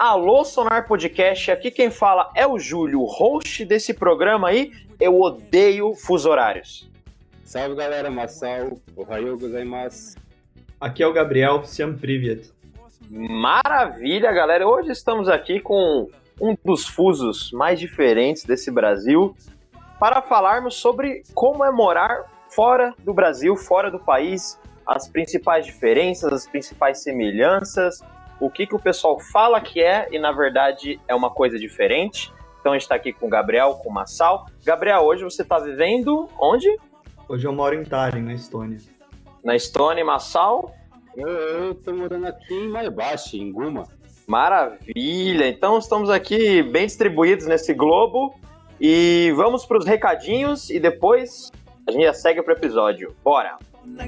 Alô, Sonar Podcast, aqui quem fala é o Júlio, o host desse programa aí. Eu odeio fuso horários. Salve galera, Masao, Ohayou gozaimasu. Aqui é o Gabriel, Всем привет. Maravilha, galera. Hoje estamos aqui com um dos fusos mais diferentes desse Brasil para falarmos sobre como é morar fora do Brasil, fora do país, as principais diferenças, as principais semelhanças, o que o pessoal fala que é e na verdade é uma coisa diferente. Então a gente está aqui com o Gabriel, com o Masao. Gabriel, hoje você está vivendo onde? Hoje eu moro em Tallinn, na Estônia. Na Estônia, Masao? Eu tô morando aqui em Maebashi, em Guma. Maravilha! Então estamos aqui bem distribuídos nesse globo e vamos para os recadinhos e depois a gente já segue para o episódio. Bora!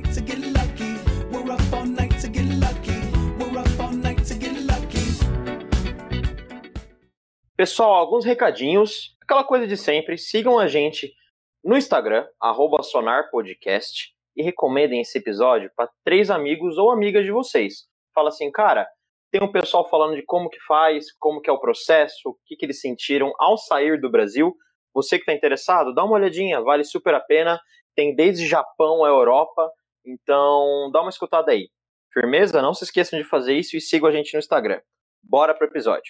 Pessoal, alguns recadinhos, aquela coisa de sempre, sigam a gente no Instagram, @sonarpodcast, e recomendem esse episódio para 3 amigos ou amigas de vocês. Fala assim, cara, tem um pessoal falando de como que faz, como que é o processo, o que eles sentiram ao sair do Brasil. Você que está interessado, dá uma olhadinha, vale super a pena. Tem desde Japão a Europa, então dá uma escutada aí. Firmeza? Não se esqueçam de fazer isso e sigam a gente no Instagram. Bora pro episódio.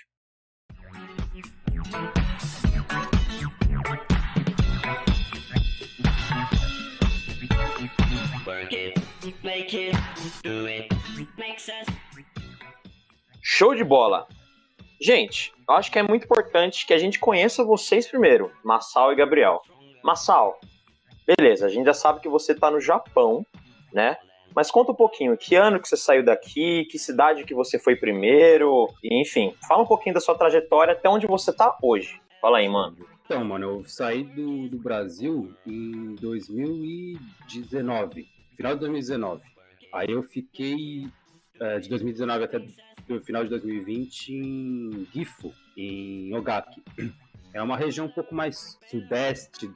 Show de bola! Gente, eu acho que é muito importante que a gente conheça vocês primeiro, Masao e Gabriel. Masao, beleza, a gente já sabe que você tá no Japão, né? Mas conta um pouquinho, que ano que você saiu daqui, que cidade que você foi primeiro, e, enfim, fala um pouquinho da sua trajetória até onde você tá hoje. Fala aí, mano. Então, mano, eu saí do Brasil em 2019, final de 2019. Aí eu fiquei de 2019 até o final de 2020 em Gifu, em Ogaki. É uma região um pouco mais sudeste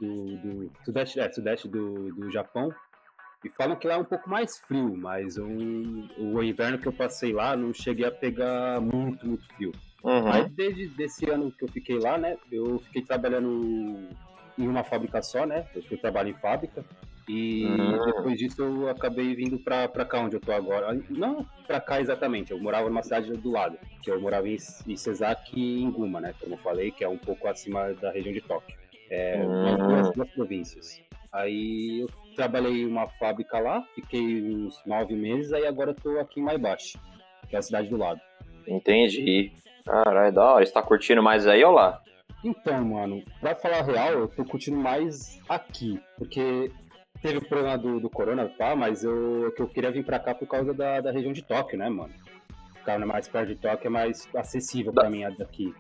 do Japão. E falam que lá é um pouco mais frio, mas o inverno que eu passei lá não cheguei a pegar muito frio. Uhum. Aí desde esse ano que eu fiquei lá, né, eu fiquei trabalhando em uma fábrica só, né, eu trabalho em fábrica, e depois disso eu acabei vindo pra cá onde eu tô agora. Não pra cá exatamente, eu morava numa cidade do lado, que eu morava em Sesaki e em Guma, né, como eu falei, que é um pouco acima da região de Tóquio. Duas províncias. Aí eu trabalhei em uma fábrica lá, fiquei uns 9 meses, aí agora eu tô aqui em Maebashi, que é a cidade do lado. Entendi. Caralho, da hora. Você tá curtindo mais aí ou lá? Então, mano, pra falar a real, eu tô curtindo mais aqui, porque teve o problema do corona, tá? Mas eu queria vir pra cá por causa da região de Tóquio, né, mano? Ficar mais perto de Tóquio é mais acessível pra mim daqui.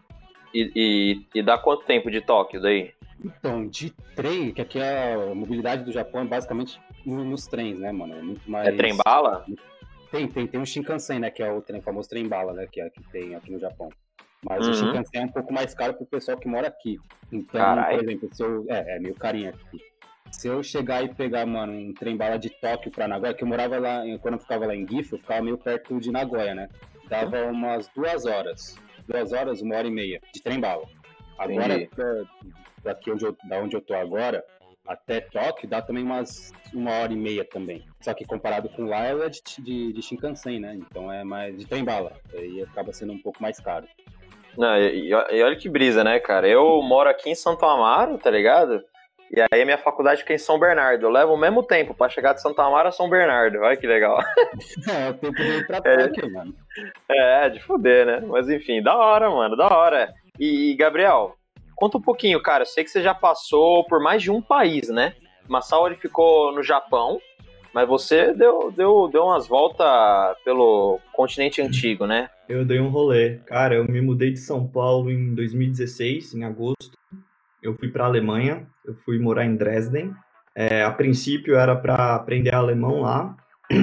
E dá quanto tempo de Tóquio daí? Então, de trem, que aqui a mobilidade do Japão é basicamente nos trens, né, mano? É muito mais... É trem-bala? Tem um Shinkansen, né, que é o famoso trem-bala, né, que tem aqui no Japão. Mas o Shinkansen é um pouco mais caro pro pessoal que mora aqui. Então, Carai. por exemplo, se eu... É meio carinho aqui. Se eu chegar e pegar, mano, um trem-bala de Tóquio pra Nagoya, que eu morava lá, quando eu ficava lá em Gifu, eu ficava meio perto de Nagoya, né? Dava umas 2 horas. 2 horas, 1h30 de trem-bala. Agora, daqui da onde eu tô agora, até Tóquio, dá também umas 1h30 também. Só que comparado com lá, é de Shinkansen, né? Então é mais de trem-bala. Aí acaba sendo um pouco mais caro. Não, e olha que brisa, né, cara? Eu moro aqui em Santo Amaro, tá ligado? E aí a minha faculdade fica em São Bernardo. Eu levo o mesmo tempo pra chegar de Santo Amaro a São Bernardo. Olha que legal. O tempo de ir pra Tóquio, mano. De fuder, né? Mas enfim, da hora, mano, da hora. E Gabriel, conta um pouquinho, cara. Eu sei que você já passou por mais de um país, né? Masao, ele ficou no Japão, mas você deu umas voltas pelo continente antigo, né? Eu dei um rolê. Cara, eu me mudei de São Paulo em 2016, em agosto. Eu fui pra Alemanha, eu fui morar em Dresden. A princípio era para aprender alemão lá.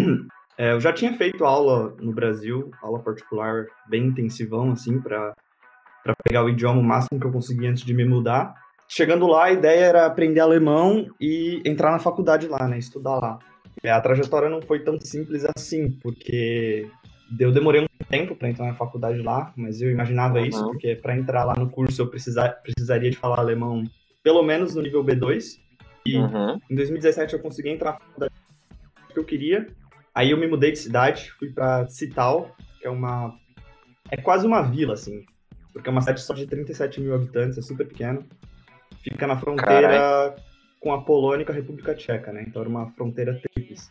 Eu já tinha feito aula no Brasil, aula particular bem intensivão, assim, para pegar o idioma o máximo que eu conseguia antes de me mudar. Chegando lá, a ideia era aprender alemão e entrar na faculdade lá, né, estudar lá. A trajetória não foi tão simples assim, porque Eu demorei um tempo para entrar na faculdade lá, mas eu imaginava isso, porque para entrar lá no curso eu precisaria de falar alemão pelo menos no nível B2. E em 2017 eu consegui entrar na faculdade que eu queria. Aí eu me mudei de cidade, fui para Cital, que é quase uma vila, assim, porque é uma cidade só de 37 mil habitantes, é super pequeno. Fica na fronteira com a Polônia e com a República Tcheca, né? Então era uma fronteira tríplice.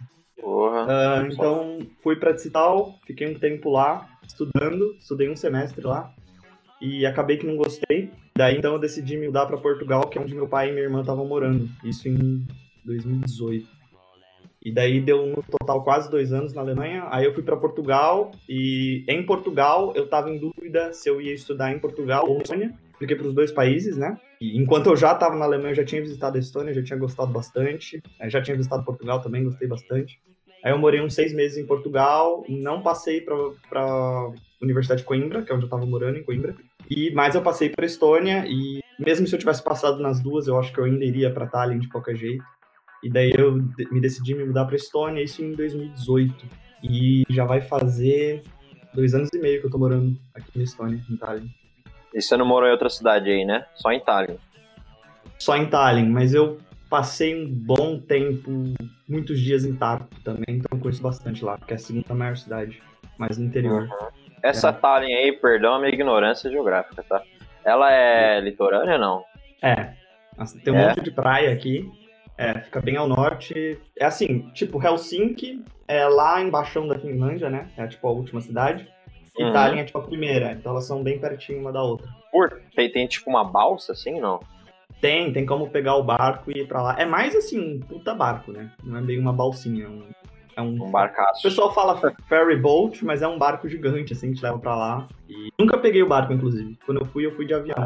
Então fui para Cital, fiquei um tempo lá estudei um semestre lá e acabei que não gostei. Daí então eu decidi me mudar para Portugal, que é onde meu pai e minha irmã estavam morando. Isso em 2018. E daí deu no total quase 2 anos na Alemanha. Aí eu fui para Portugal e em Portugal eu estava em dúvida se eu ia estudar em Portugal ou na Estônia. Fiquei para os 2 países, né? E enquanto eu já estava na Alemanha, eu já tinha visitado a Estônia, já tinha gostado bastante. Já tinha visitado Portugal também, gostei bastante. Aí eu morei uns 6 meses em Portugal, não passei para Universidade de Coimbra, que é onde eu estava morando, em Coimbra. Mas eu passei para Estônia e mesmo se eu tivesse passado nas duas, eu acho que eu ainda iria para Tallinn de qualquer jeito. E daí eu me decidi me mudar para Estônia, isso em 2018. E já vai fazer 2 anos e meio que eu tô morando aqui na Estônia, em Tallinn. E você não morou em outra cidade aí, né? Só em Tallinn. Só em Tallinn, mas eu passei um bom tempo, muitos dias em Tartu também, então eu conheço bastante lá, porque é a segunda maior cidade, mais no interior. Essa Tallinn aí, perdão a minha ignorância geográfica, tá? Ela é litorânea ou não? Tem um monte de praia aqui, fica bem ao norte. É assim, tipo, Helsinki é lá embaixo da Finlândia, né? É tipo a última cidade. E Tallinn é tipo a primeira, então elas são bem pertinho uma da outra. Tem tipo uma balsa assim, não? Tem como pegar o barco e ir pra lá. É mais assim, um puta barco, né? Não é bem uma balsinha, é um barcaço. O pessoal fala ferry boat, mas é um barco gigante, assim, que te leva pra lá. E nunca peguei o barco, inclusive. Quando eu fui de avião.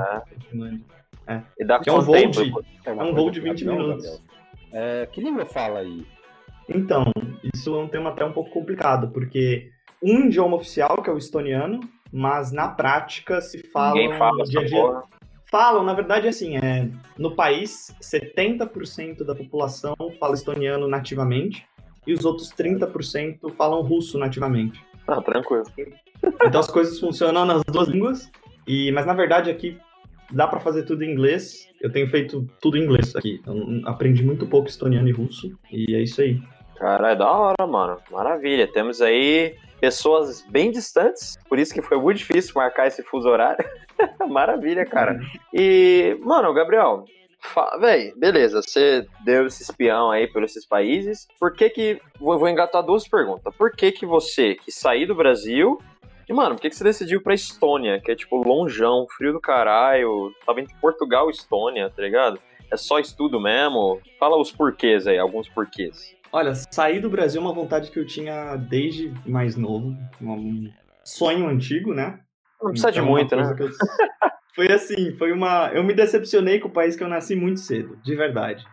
E dá é um voo de 20 minutos. Que língua fala aí? Então, isso é um tema até um pouco complicado, porque um idioma oficial, que é o estoniano, mas na prática se fala... Ninguém fala essa porra. Falam, na verdade, assim, no país, 70% da população fala estoniano nativamente e os outros 30% falam russo nativamente. Tranquilo. Então as coisas funcionam nas duas línguas, mas na verdade aqui dá pra fazer tudo em inglês. Eu tenho feito tudo em inglês aqui. Eu aprendi muito pouco estoniano e russo e é isso aí. Cara, é da hora, mano. Maravilha. Temos aí pessoas bem distantes, por isso que foi muito difícil marcar esse fuso horário. Maravilha, cara. E, mano, Gabriel, véi, beleza, você deu esse espião aí por esses países. Por que vou engatar 2 perguntas. Por que você que saiu do Brasil e, mano, por que você decidiu pra Estônia, que é tipo lonjão, frio do caralho, tava entre Portugal e Estônia, tá ligado? É só estudo mesmo? Fala os porquês aí, alguns porquês. Olha, sair do Brasil é uma vontade que eu tinha desde mais novo, um sonho antigo, né? Não precisa de muito, né? Foi assim, eu me decepcionei com o país que eu nasci muito cedo, de verdade.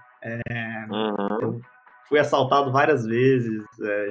Eu fui assaltado várias vezes,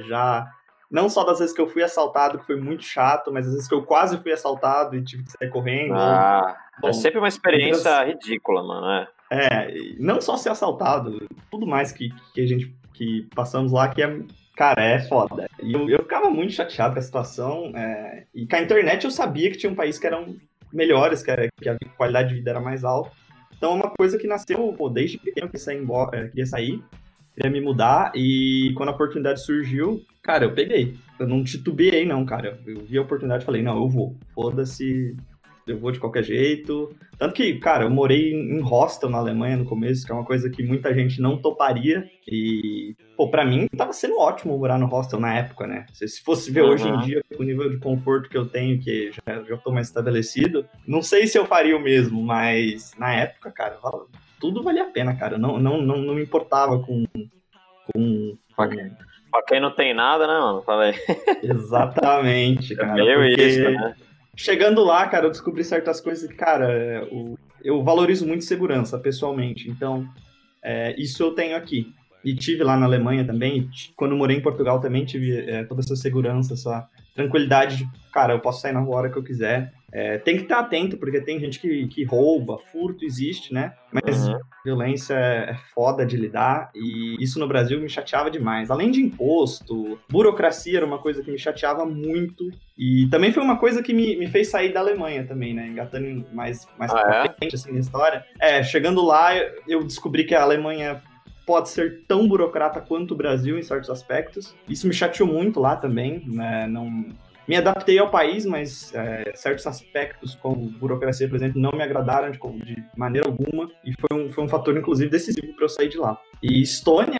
não só das vezes que eu fui assaltado, que foi muito chato, mas às vezes que eu quase fui assaltado e tive que sair correndo. É sempre uma experiência ridícula, mano. Não só ser assaltado, tudo mais que a gente que passamos lá, que cara, é foda. E eu ficava muito chateado com a situação. E com a internet eu sabia que tinha um país que eram melhores, que a qualidade de vida era mais alta. Então é uma coisa que nasceu desde pequeno, que queria sair, queria me mudar. E quando a oportunidade surgiu, cara, eu peguei. Eu não titubeei, não, cara. Eu vi a oportunidade e falei, não, eu vou. Foda-se, eu vou de qualquer jeito. Tanto que, cara, eu morei em hostel na Alemanha no começo, que é uma coisa que muita gente não toparia. E, pra mim, tava sendo ótimo morar no hostel na época, né? Se fosse ver hoje em dia, com o nível de conforto que eu tenho, que já tô mais estabelecido, não sei se eu faria o mesmo, mas na época, cara, tudo valia a pena, cara. Não me importava com Pra quem não tem nada, né, mano? Falei. Exatamente, cara. Isso, né? Chegando lá, cara, eu descobri certas coisas que, cara, eu valorizo muito segurança, pessoalmente. Então, isso eu tenho aqui. E tive lá na Alemanha também. Quando morei em Portugal também tive toda essa segurança, essa tranquilidade de, cara, eu posso sair na hora que eu quiser. Tem que estar atento, porque tem gente que rouba, furto existe, né? Mas violência é foda de lidar, e isso no Brasil me chateava demais. Além de imposto, burocracia era uma coisa que me chateava muito, e também foi uma coisa que me fez sair da Alemanha também, né? Engatando mais pra frente, assim, na história. Chegando lá, eu descobri que a Alemanha pode ser tão burocrata quanto o Brasil em certos aspectos. Isso me chateou muito lá também, né? Não... Me adaptei ao país, mas certos aspectos, como burocracia, por exemplo, não me agradaram de maneira alguma, e foi um fator, inclusive, decisivo para eu sair de lá. E Estônia,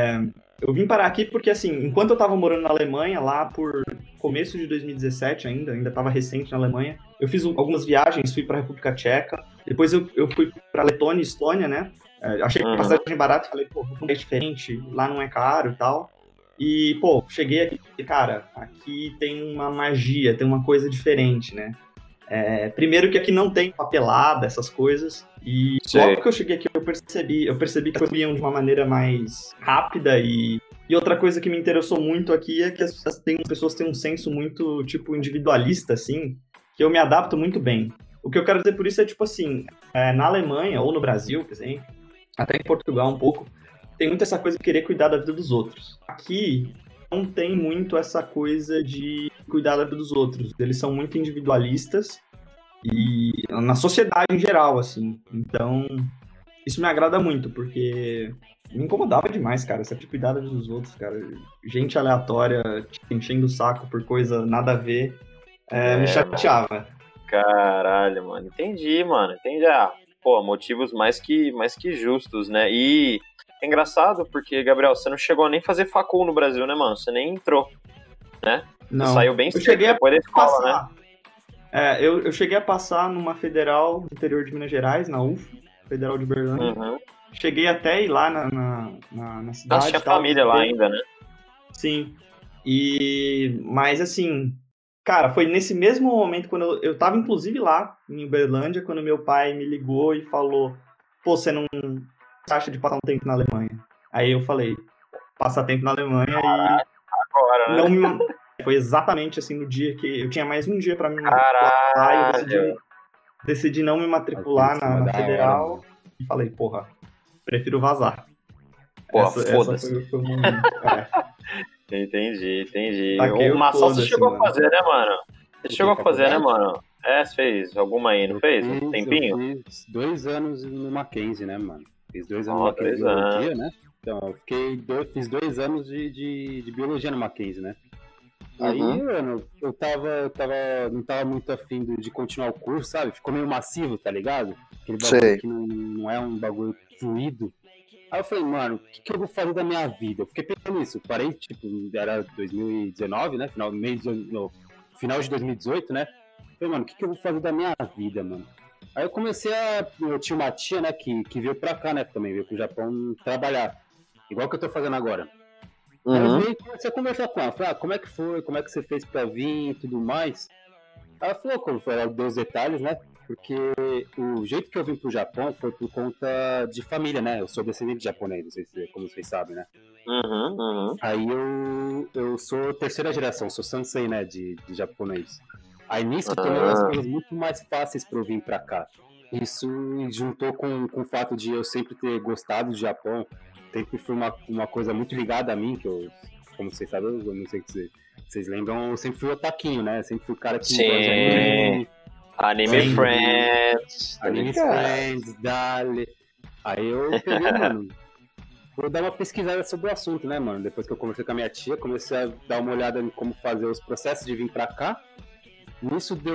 eu vim parar aqui porque, assim, enquanto eu estava morando na Alemanha, lá por começo de 2017 ainda estava recente na Alemanha, eu fiz algumas viagens, fui para a República Tcheca, depois eu fui para Letônia e Estônia, né? Achei que a passagem barata, falei, pô, é diferente, lá não é caro e tal. E, pô, cheguei aqui, cara, aqui tem uma magia, tem uma coisa diferente, né? Primeiro que aqui não tem papelada, essas coisas, e logo que eu cheguei aqui eu percebi que as coisas iam de uma maneira mais rápida, e outra coisa que me interessou muito aqui é que as pessoas têm um senso muito, tipo, individualista, assim, que eu me adapto muito bem. O que eu quero dizer por isso é, tipo assim, na Alemanha ou no Brasil, por exemplo, até em Portugal um pouco, tem muito essa coisa de querer cuidar da vida dos outros. Aqui não tem muito essa coisa de cuidar da vida dos outros. Eles são muito individualistas e na sociedade em geral, assim. Então, isso me agrada muito, porque me incomodava demais, cara, essa de cuidar da vida dos outros, cara. Gente aleatória te enchendo o saco por coisa nada a ver, me chateava. Caralho, mano. Entendi, mano. Entendi. Pô, motivos mais que justos, né? E é engraçado porque, Gabriel, você não chegou a nem fazer facul no Brasil, né, mano? Você nem entrou, né? Não. Você saiu bem cedo depois da escola, né? Eu cheguei a passar numa federal do interior de Minas Gerais, na UF, Federal de Uberlândia. Cheguei até ir lá na cidade. Você tinha família lá ainda, né? Sim. Mas assim, cara, foi nesse mesmo momento, quando eu tava inclusive lá em Uberlândia, quando meu pai me ligou e falou, pô, você não acha de passar um tempo na Alemanha? Aí eu falei, passar tempo na Alemanha agora, né? Foi exatamente assim no dia que eu tinha mais um dia pra me matricular, e eu decidi não me matricular na federal e falei, porra, prefiro vazar. Porra, foda-se. Essa foi o momento, Entendi. O Massal você chegou a fazer, né, mano? Você chegou a fazer, né, mano? Você fez alguma aí, não fez? Um tempinho? Eu fiz 2 anos no Mackenzie, né, mano? Fiz 2 anos no Mackenzie de biologia, né? Então, fiz 2 anos de biologia no Mackenzie, né? Aí, mano, eu não tava muito afim de continuar o curso, sabe? Ficou meio massivo, tá ligado? Aquele bagulho que não é um bagulho fluido. Aí eu falei, mano, o que eu vou fazer da minha vida? Eu fiquei pensando nisso. Parei, tipo, era 2019, né? Final de 2018, né? Eu falei, mano, o que eu vou fazer da minha vida, mano? Aí eu comecei eu tinha uma tia, né, que veio pra cá, né, também, veio pro Japão trabalhar. Igual que eu tô fazendo agora. Aí eu veio e comecei a conversar com ela. Falei, como é que foi? Como é que você fez pra vir e tudo mais? Aí ela falou, ela deu os detalhes, né? Porque o jeito que eu vim pro Japão foi por conta de família, né? Eu sou descendente de japonês, não sei como vocês sabem, né? Aí eu sou terceira geração, sou sansei, né, de japonês. Aí nisso tornou as coisas muito mais fáceis para eu vir para cá. Isso juntou com o fato de eu sempre ter gostado do Japão, sempre foi uma coisa muito ligada a mim, que eu, como vocês sabem, eu não sei se vocês lembram, eu sempre fui otaquinho, né? Sempre fui o cara que... Sim, Anime Friends. Anime Friends, Dale. Aí eu peguei, mano, vou dar uma pesquisada sobre o assunto, né, mano? Depois que eu conversei com a minha tia, comecei a dar uma olhada em como fazer os processos de vir pra cá. Nisso deu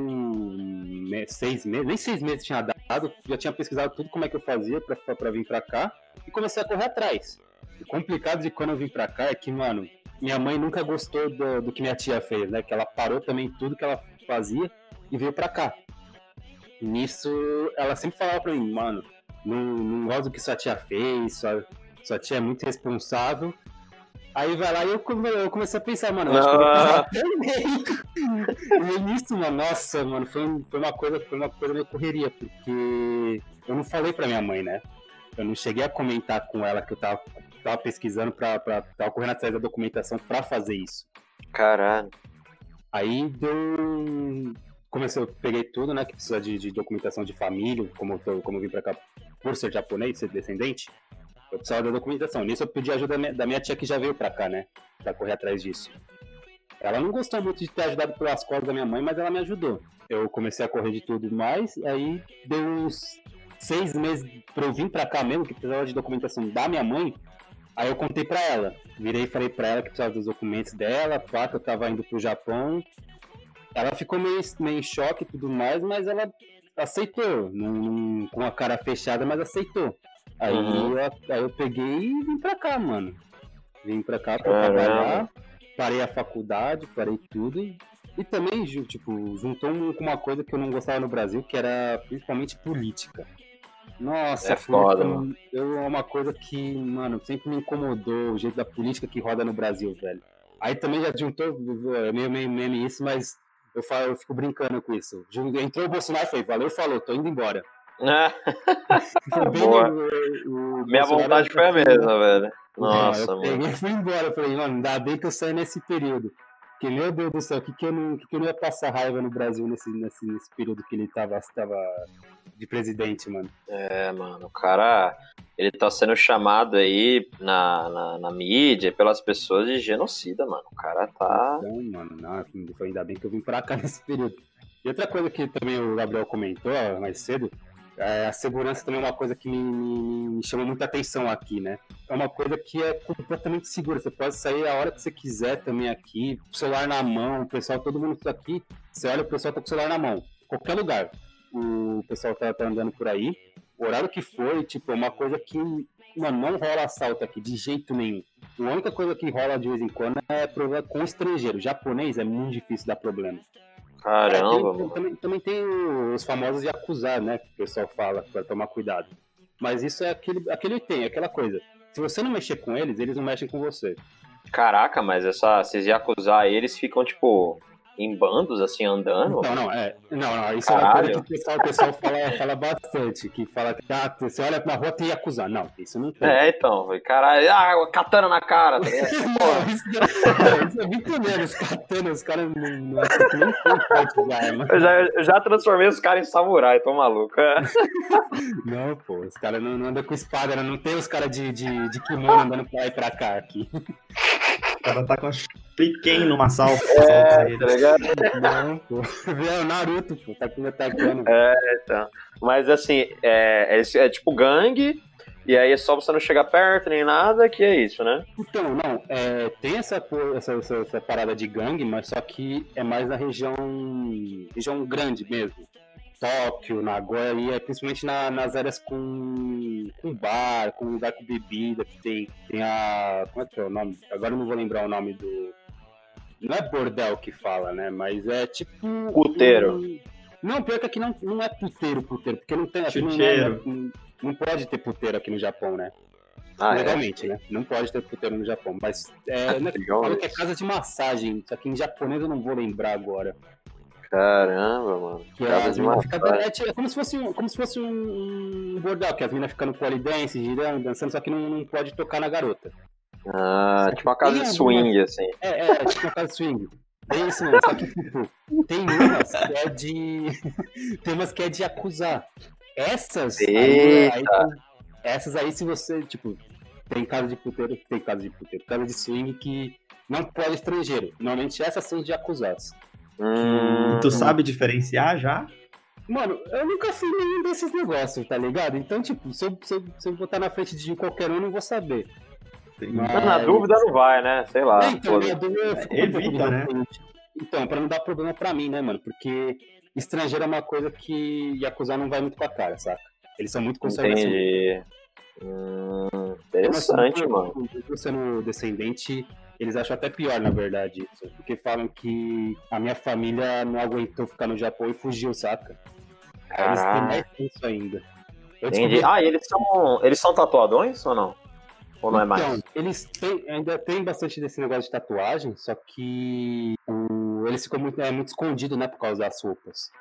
6 meses, nem 6 meses tinha dado, já tinha pesquisado tudo como é que eu fazia pra vir pra cá e comecei a correr atrás. O complicado de quando eu vim pra cá é que, mano, minha mãe nunca gostou do que minha tia fez, né? Que ela parou também tudo que ela fazia e veio pra cá. Nisso, ela sempre falava pra mim, mano, não gosto do que sua tia fez, sua tia é muito responsável. Aí vai lá e eu comecei a pensar, mano, eu acho que eu vou precisar também. No início, mano, nossa, mano, foi uma coisa meio correria, porque eu não falei pra minha mãe, né? Eu não cheguei a comentar com ela que eu tava pesquisando tava correndo atrás da documentação pra fazer isso. Caralho. Aí deu eu peguei tudo, né, que precisa de documentação de família, como eu vim pra cá por ser japonês, ser descendente, eu precisava da documentação. Nisso eu pedi ajuda da minha tia que já veio pra cá, né, pra correr atrás disso. Ela não gostou muito de ter ajudado pelas costas da minha mãe, mas ela me ajudou. Eu comecei a correr de tudo mais, aí deu uns 6 meses pra eu vir pra cá mesmo, que precisava de documentação da minha mãe. Aí eu contei pra ela, virei e falei pra ela que precisava dos documentos dela, que eu tava indo pro Japão. Ela ficou meio em choque e tudo mais, mas ela aceitou, com a cara fechada, mas aceitou. Aí, aí eu peguei e vim pra cá, mano. Vim pra cá pra trabalhar, parei a faculdade, parei tudo e também, tipo, juntou com uma coisa que eu não gostava no Brasil, que era principalmente política. Nossa, foda, mano. É uma coisa que, mano, sempre me incomodou, o jeito da política que roda no Brasil, velho. Aí também já juntou, é meio meme isso, mas eu fico brincando com isso. Entrou o Bolsonaro e falei, valeu, falou, tô indo embora. Boa. Minha vontade foi a mesma, velho. Nossa, eu peguei e fui embora. Eu falei, mano, ainda bem que eu saí nesse período. Porque, meu Deus do céu, o que eu não ia passar raiva no Brasil nesse período que ele tava de presidente, mano. Mano, o cara, ele tá sendo chamado aí na mídia pelas pessoas de genocida, mano. O cara tá... Então, mano, foi ainda bem que eu vim pra cá nesse período. E outra coisa que também o Gabriel comentou mais cedo, a segurança também é uma coisa que me chama muita atenção aqui, né? É uma coisa que é completamente segura. Você pode sair a hora que você quiser também aqui, celular na mão, o pessoal, todo mundo tá aqui, você olha, o pessoal tá com o celular na mão. Qualquer lugar. O pessoal tá andando por aí. O horário que for, tipo, é uma coisa que, mano, não rola assalto aqui, de jeito nenhum. A única coisa que rola de vez em quando é problema com estrangeiro. Japonês é muito difícil dar problema. Caramba, mano. Também tem os famosos de acusar, né? Que o pessoal fala pra tomar cuidado. Mas isso é aquela coisa. Se você não mexer com eles, eles não mexem com você. Caraca, mas se acusar eles ficam, tipo, em bandos, assim, andando? Não, isso Caralho. É uma coisa que o pessoal fala bastante. Que fala que você olha na rua tem acusar. Não, isso não tem. Então, caralho, katana na cara. Tá isso é muito menos, katana, os caras não acham que nem tem arma. Eu já transformei os caras em samurai, tô maluco. Não, pô, os caras não andam com espada, não tem os caras de kimono andando pra lá e pra cá aqui. O cara tá com a Shuriken numa salva. Tá ligado? Não, pô. É o Naruto, pô, tá me atacando. Então. Mas assim, é tipo gangue, e aí é só você não chegar perto nem nada, que é isso, né? Então, não, tem essa parada de gangue, mas só que é mais na região grande mesmo. Tóquio, Nagoya, e principalmente nas áreas com bar, com lugar com bebida, que tem a... Como é que é o nome? Agora eu não vou lembrar o nome do... Não é bordel que fala, né? Mas é tipo... Puteiro. Não, pior que aqui não é puteiro, porque não tem... Não pode ter puteiro aqui no Japão, né? Legalmente, né? Não pode ter puteiro no Japão, mas fala que é casa de massagem, só que em japonês eu não vou lembrar agora. Caramba, mano. É como se fosse um bordel, que as meninas ficam no pole dance, girando, dançando, só que não pode tocar na garota. Tipo uma casa de swing, assim. Tipo uma casa de swing. É isso mesmo, só que tipo, tem umas que é de. Tem umas que é de acusar. Essas aí, se você, tipo, tem casa de puteiro, casa de swing que não pode estrangeiro. Normalmente essas são de acusados. E tu sabe diferenciar já? Mano, eu nunca fui nenhum desses negócios, tá ligado? Então, tipo, se eu botar na frente de qualquer um, eu não vou saber. Mas na dúvida não vai, né? Sei lá. Então, na dúvida eu fico evita, né? Então, pra não dar problema pra mim, né, mano? Porque estrangeiro é uma coisa que acusar não vai muito com a cara, saca? Eles são muito conservadores. Entendi. Interessante, mano. Sendo descendente, eles acham até pior, na verdade, isso. Porque falam que a minha família não aguentou ficar no Japão e fugiu, saca? Eles têm mais isso ainda. Entendi. E eles são tatuadões ou não? Ou não é mais? Então, eles ainda tem bastante desse negócio de tatuagem, só que eles ficam muito escondidos, né, por causa das roupas.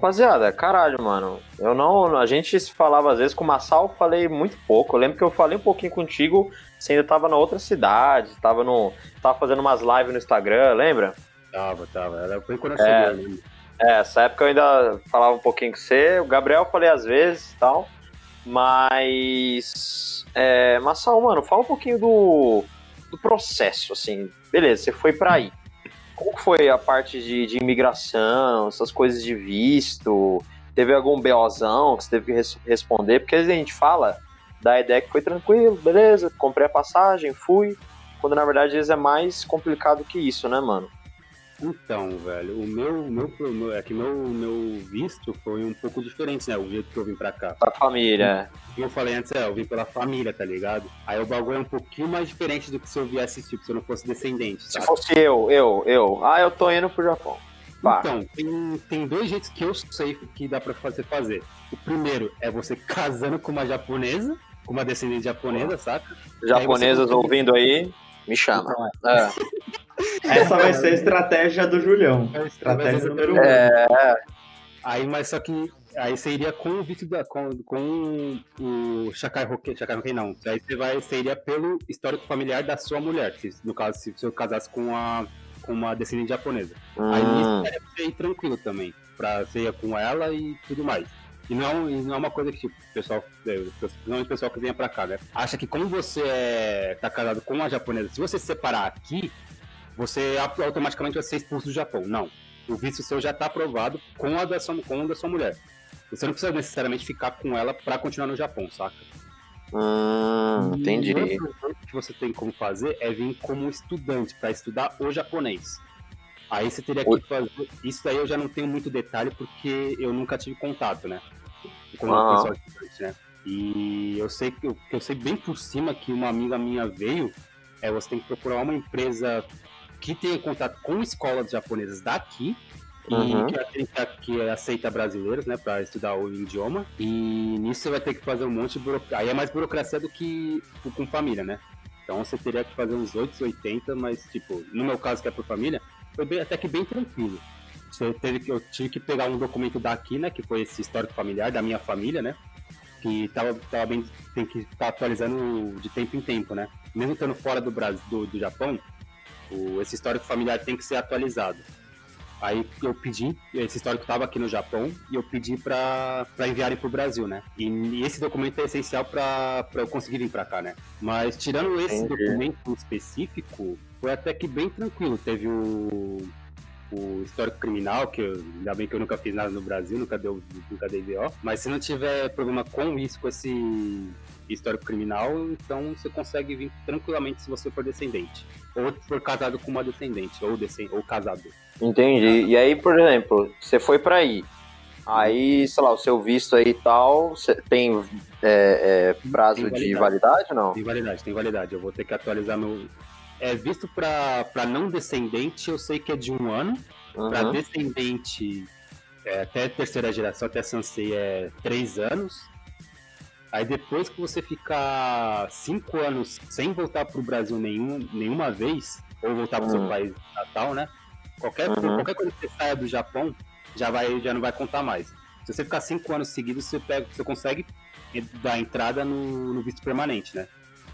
rapaziada, caralho, mano. A gente se falava às vezes com o Massal, falei muito pouco. Eu lembro que eu falei um pouquinho contigo, você ainda tava na outra cidade, tava fazendo umas lives no Instagram, lembra? Tava. Era bem quando eu cheguei, né? Essa época eu ainda falava um pouquinho com você. O Gabriel eu falei às vezes e tal. Mas. Massal, mano, fala um pouquinho do processo, assim. Beleza, você foi pra aí. Como foi a parte de imigração, essas coisas de visto? Teve algum BOzão que você teve que responder? Porque às vezes a gente fala da ideia que foi tranquilo, beleza, comprei a passagem, fui. Quando na verdade às vezes é mais complicado que isso, né, mano? Então, velho, o meu visto foi um pouco diferente, né? O jeito que eu vim pra cá. Da família. Como eu falei antes, eu vim pela família, tá ligado? Aí o bagulho é um pouquinho mais diferente do que se eu viesse, tipo, se eu não fosse descendente, sabe? Se fosse eu. Eu tô indo pro Japão. Pá. Então, tem dois jeitos que eu sei que dá pra você fazer. O primeiro é você casando com uma japonesa, com uma descendente japonesa, saca? Japonesas ouvindo aí, me chama. Essa vai ser a estratégia do Julião. Estratégia número 1. Aí, mas só que aí você iria com o visto com o Shakai Hokkei não. Aí você iria pelo histórico familiar da sua mulher, no caso, se você casasse com uma descendente japonesa. Aí isso você ir tranquilo também, pra você ir com ela e tudo mais. E não é uma coisa que, tipo, o pessoal que venha pra cá, né? Acha que como você tá casado com uma japonesa, se você se separar aqui, você automaticamente vai ser expulso do Japão. Não. O visto seu já tá aprovado com o da sua mulher. Você não precisa necessariamente ficar com ela pra continuar no Japão, saca? Entendi. E outra coisa que você tem como fazer é vir como estudante, pra estudar o japonês. Aí você teria que fazer... Isso daí eu já não tenho muito detalhe, porque eu nunca tive contato, né? Com uma pessoa estudante, né? E eu sei bem por cima que uma amiga minha veio, você tem que procurar uma empresa que tenha contato com escolas japonesas daqui, e que aceita brasileiros, né, para estudar o idioma. E nisso você vai ter que fazer um monte de burocracia. Aí é mais burocracia do que com família, né? Então você teria que fazer uns 880, mas, tipo, no meu caso, que é por família, foi até que bem tranquilo. Eu tive que pegar um documento daqui, né, que foi esse histórico familiar da minha família, né? Que tava bem, tem que ficar atualizando de tempo em tempo, né? Mesmo estando fora do Brasil, do Japão, esse histórico familiar tem que ser atualizado. Aí eu pedi, esse histórico estava aqui no Japão, e eu pedi para enviarem para o Brasil, né? E esse documento é essencial para eu conseguir vir para cá, né? Mas tirando esse documento específico, foi até que bem tranquilo. Teve o histórico criminal, ainda bem que eu nunca fiz nada no Brasil, nunca dei BO. Mas se não tiver problema com isso, com esse histórico criminal, então você consegue vir tranquilamente se você for descendente. Ou for casado com uma descendente, ou casado. Entendi. E aí, por exemplo, você foi pra aí. Aí, sei lá, o seu visto aí e tal, tem prazo de validade ou não? Tem validade. Eu vou ter que atualizar meu... visto para não descendente, eu sei que é de 1 ano. Para descendente, até terceira geração, até Sansei, 3 anos. Aí depois que você ficar 5 anos sem voltar pro Brasil nenhuma vez, ou voltar pro seu país natal, né? Qualquer coisa que você saia do Japão, já não vai contar mais. Se você ficar 5 anos seguidos, você consegue dar entrada no visto permanente, né?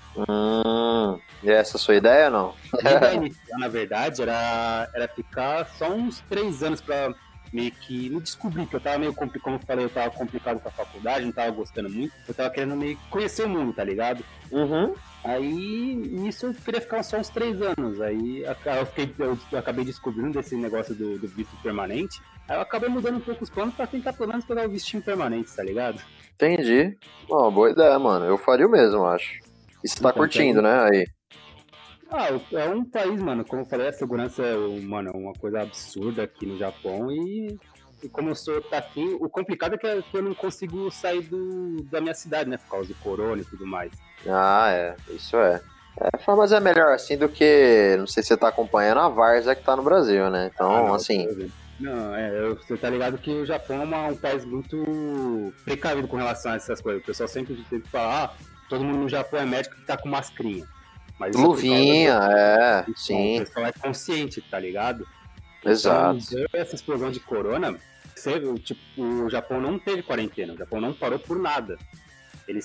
E essa é a sua ideia ou não? A ideia inicial, na verdade, era ficar só uns 3 anos pra meio que me descobrir, que eu tava meio complicado, como eu falei, eu tava complicado com a faculdade, não tava gostando muito, eu tava querendo meio que conhecer o mundo, tá ligado? Aí, nisso eu queria ficar só uns 3 anos, aí eu acabei descobrindo desse negócio do visto permanente, aí eu acabei mudando um pouco os planos pra tentar pelo menos pegar o vistinho permanente, tá ligado? Entendi. Boa ideia, mano, eu faria o mesmo, acho. E você tá curtindo, né, aí? É um país, mano, como eu falei, a segurança é uma coisa absurda aqui no Japão e como eu sou daqui, o complicado é que eu não consigo sair da minha cidade, né, por causa do corona e tudo mais. Isso é. Mas é melhor assim do que, não sei se você tá acompanhando a Várzea que tá no Brasil, né, então, assim... Não, você tá ligado que o Japão é um país muito precavido com relação a essas coisas, o pessoal sempre fala, todo mundo no Japão é médico que tá com mascarinha. Mas luvinha, sim. O pessoal é consciente, tá ligado? Exato. Então, essa explosão de corona, tipo, o Japão não teve quarentena, o Japão não parou por nada. Ele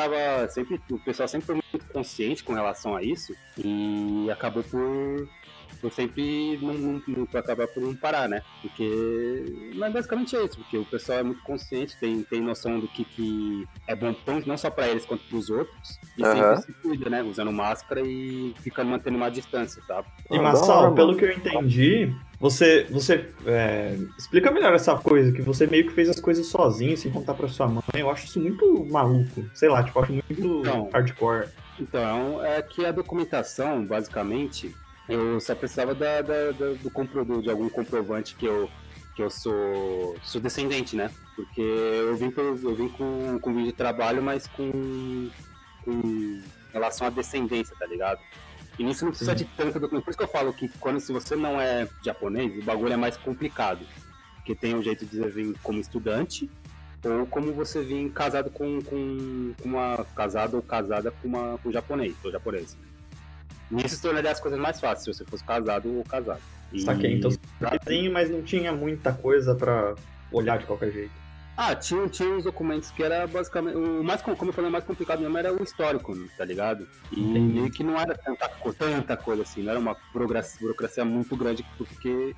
o pessoal sempre foi muito consciente com relação a isso e acabou por sempre por acabar por não parar, né? Porque, mas basicamente é isso, porque o pessoal é muito consciente, tem noção do que é bom não só pra eles quanto pros outros, e sempre se cuida, né? Usando máscara e mantendo uma distância, sabe? E Massal, pelo que eu entendi, você explica melhor essa coisa, que você meio que fez as coisas sozinho, sem contar pra sua mãe. Eu acho isso muito maluco. Sei lá, tipo, eu acho muito hardcore. Então, é que a documentação, basicamente, eu só precisava de algum comprovante que eu sou descendente, né? Porque eu vim com vídeo de trabalho, mas com relação à descendência, tá ligado? E nisso não precisa de tanta documentação. Por isso que eu falo que se você não é japonês, o bagulho é mais complicado. Porque tem um jeito de você vir como estudante, ou como você vir casado com uma casada ou casada com um japonês ou japonesa. Nisso tornaria as coisas mais fáceis, se você fosse casado ou casado. Saquei, então você mas não tinha muita coisa pra olhar de qualquer jeito. Tinha uns documentos que era basicamente. Como eu falei, o mais complicado mesmo era o histórico, tá ligado? E meio que não era tanta coisa assim, não era uma burocracia muito grande, porque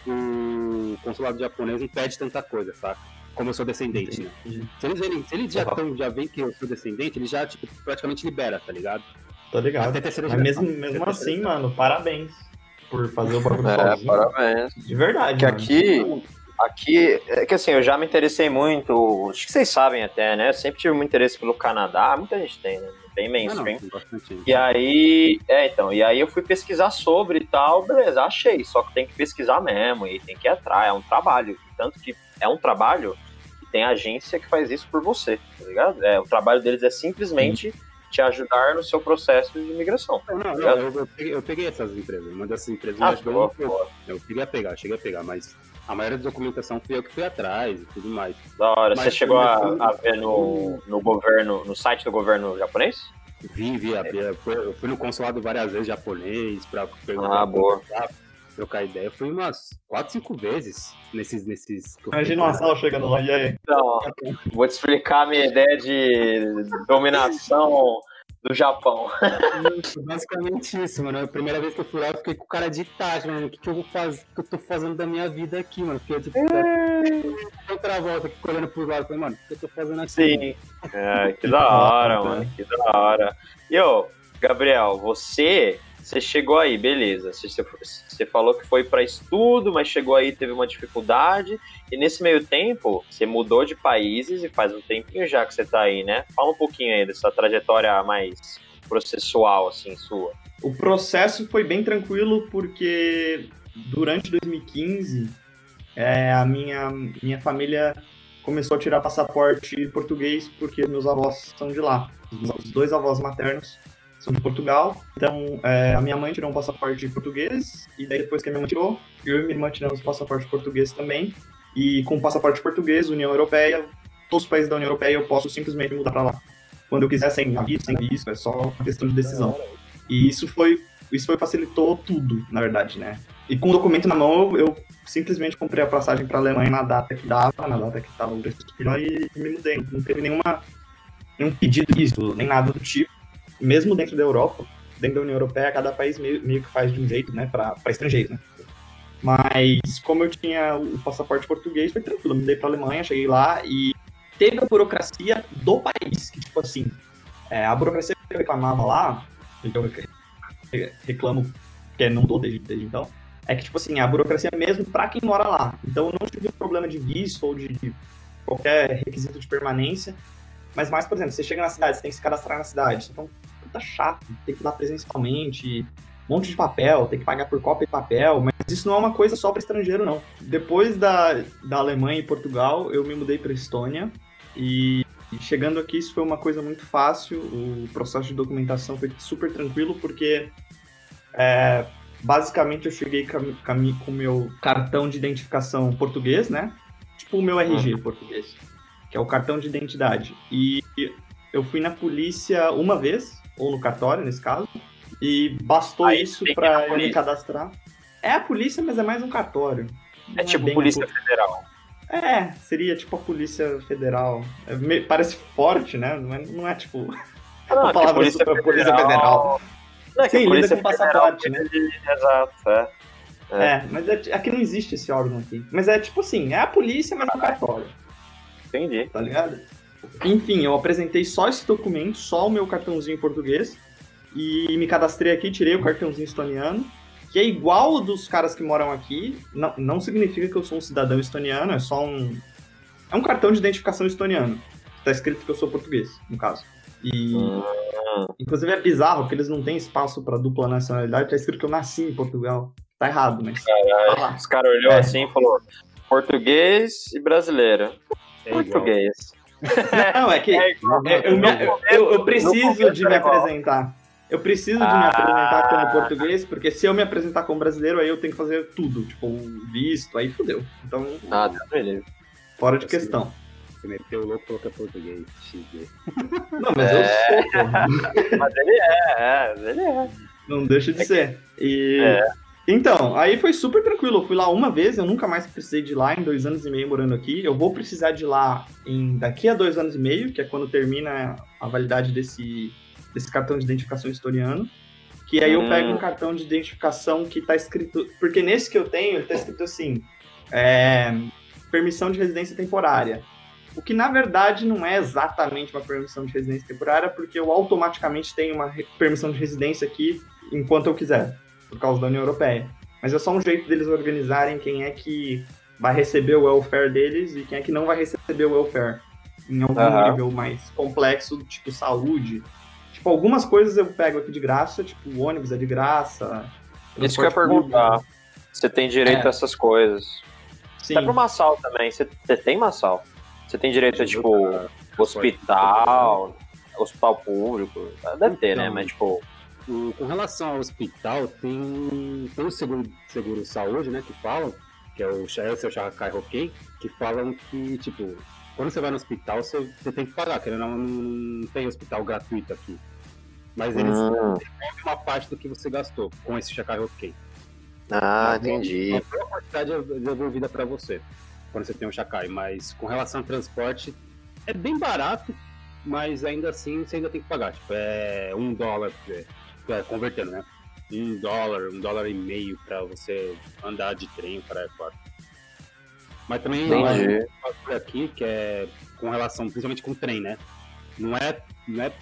o consulado japonês impede tanta coisa, saca? Como eu sou descendente, né? Se eles já veem que eu sou descendente, ele já tipo, praticamente libera, tá ligado? Tô ligado. Mas mesmo assim, mano, parabéns por fazer o bagulho sozinho. Parabéns. De verdade, que mano. Aqui, é que assim, eu já me interessei muito, acho que vocês sabem até, né? Eu sempre tive muito interesse pelo Canadá, muita gente tem, né? Bem mainstream. E aí, e aí eu fui pesquisar sobre e tal, beleza, achei, só que tem que pesquisar mesmo e tem que ir atrás, é um trabalho. Tanto que é um trabalho que tem agência que faz isso por você, tá ligado? O trabalho deles é simplesmente te ajudar no seu processo de imigração. Eu peguei essas empresas, uma dessas empresas me ajudou um pouco. Eu cheguei a pegar, mas a maioria da documentação fui eu que fui atrás e tudo mais. Da hora. Mas você chegou a ver no governo, no site do governo japonês? Vi. Eu fui no consulado várias vezes japonês pra perguntar, trocar ideia. Eu fui umas 4, 5 vezes nesses. Imagina uma sala chegando lá, e aí? Então, vou te explicar a minha ideia de dominação do Japão. Basicamente isso, mano. A primeira vez que eu fui lá, eu fiquei com cara de taxa, mano. O que eu vou fazer? O que eu tô fazendo da minha vida aqui, mano? Fiquei tipo. Outra volta, fico olhando pros lados. Falei, mano, o que eu tô fazendo aqui? Sim. Que da hora, mano. Que da hora. E, Gabriel, você chegou aí, beleza. Você falou que foi para estudo, mas chegou aí, teve uma dificuldade. E nesse meio tempo, você mudou de países e faz um tempinho já que você tá aí, né? Fala um pouquinho aí dessa trajetória mais processual, assim, sua. O processo foi bem tranquilo porque durante 2015, a minha família começou a tirar passaporte português porque meus avós são de lá. Os 2 avós maternos são de Portugal, então a minha mãe tirou um passaporte português, e daí depois que a minha mãe tirou, eu e minha irmã tiramos passaporte português também, e com o passaporte português, União Europeia, todos os países da União Europeia eu posso simplesmente mudar para lá. Quando eu quiser, sem visto, é só uma questão de decisão. E isso facilitou tudo, na verdade, né? E com o documento na mão, eu simplesmente comprei a passagem para a Alemanha na data que dava, na data que estava o preço e me mudei. Não teve nenhum pedido disso, nem nada do tipo. Mesmo dentro da Europa, dentro da União Europeia, cada país meio que faz de um jeito, né, para estrangeiros, né? Mas como eu tinha o passaporte português, foi tranquilo. Eu mudei para a Alemanha, cheguei lá e teve a burocracia do país, que tipo assim, a burocracia que eu reclamava lá, então eu reclamo que não tô desde então, é que tipo assim, a burocracia é mesmo para quem mora lá. Então eu não tive problema de visto ou de qualquer requisito de permanência. Mas mais, por exemplo, você chega na cidade, você tem que se cadastrar na cidade. Então, puta chato, tem que ir lá presencialmente, um monte de papel, tem que pagar por cópia de papel, mas isso não é uma coisa só para estrangeiro, não. Depois da Alemanha e Portugal, eu me mudei para Estônia, e chegando aqui isso foi uma coisa muito fácil, o processo de documentação foi super tranquilo, porque basicamente eu cheguei com o meu cartão de identificação português, né? Tipo o meu RG português, que é o cartão de identidade. E eu fui na polícia uma vez, ou no cartório, nesse caso, e bastou isso pra eu me cadastrar. É a polícia, mas é mais um cartório. É tipo Polícia Federal. Seria tipo a Polícia Federal. Parece forte, né? Não é tipo Não, a palavra Polícia Polícia Federal. Não, Sim, lida Polícia com passaporte, né? Exato, Mas aqui não existe esse órgão aqui. Mas é tipo assim, é a polícia, mas não cartório. Entendi. Tá ligado? Enfim, eu apresentei só esse documento, só o meu cartãozinho em português, e me cadastrei aqui, tirei o cartãozinho estoniano, que é igual ao dos caras que moram aqui. Não significa que eu sou um cidadão estoniano, é só é um cartão de identificação estoniano. Tá escrito que eu sou português, no caso. E inclusive é bizarro, porque eles não têm espaço pra dupla nacionalidade, tá escrito que eu nasci em Portugal. Tá errado, mas... Caralho, os caras olhou assim e falou, português e brasileiro. Português. Não, é que eu preciso de me apresentar. Eu preciso de me apresentar como português, porque se eu me apresentar como brasileiro, aí eu tenho que fazer tudo. Tipo, visto, aí fudeu. Então, beleza. Fora de questão. Você meteu o louco e falou que é português. Chique. Não, mas eu sou, porra. Mas ele é. Não deixa de ser. Então, aí foi super tranquilo. Eu fui lá uma vez, eu nunca mais precisei de ir lá em 2 anos e meio morando aqui. Eu vou precisar de ir lá daqui a 2 anos e meio, que é quando termina a validade desse cartão de identificação estoniano. Que aí eu pego um cartão de identificação que tá escrito... Porque nesse que eu tenho, ele tá escrito assim... permissão de residência temporária. O que, na verdade, não é exatamente uma permissão de residência temporária, porque eu automaticamente tenho uma permissão de residência aqui enquanto eu quiser, por causa da União Europeia. Mas é só um jeito deles organizarem quem é que vai receber o welfare deles e quem é que não vai receber o welfare. Em algum nível mais complexo, tipo saúde. Tipo, algumas coisas eu pego aqui de graça, tipo, o ônibus é de graça. Isso que eu ia perguntar. Você tem direito a essas coisas. Sim. Até pro Massal também. Você tem Massal? Você tem direito a, tipo, hospital público. Deve ter, né? Mas, tipo... Com relação ao hospital, tem o seguro saúde, né, que falam, que é o seu Shakai Hokkei, que falam que, tipo, quando você vai no hospital, você tem que pagar, porque não tem hospital gratuito aqui. Mas eles devolvem uma parte do que você gastou com esse Shakai Hokkei. Entendi. A boa quantidade é devolvida para você, quando você tem um Shakai, mas com relação ao transporte, é bem barato, mas ainda assim você ainda tem que pagar. Tipo, é $1, convertendo, né? $1,50 para você andar de trem para aeroporto. Mas também tem por aqui que é com relação, principalmente com o trem, né? Não é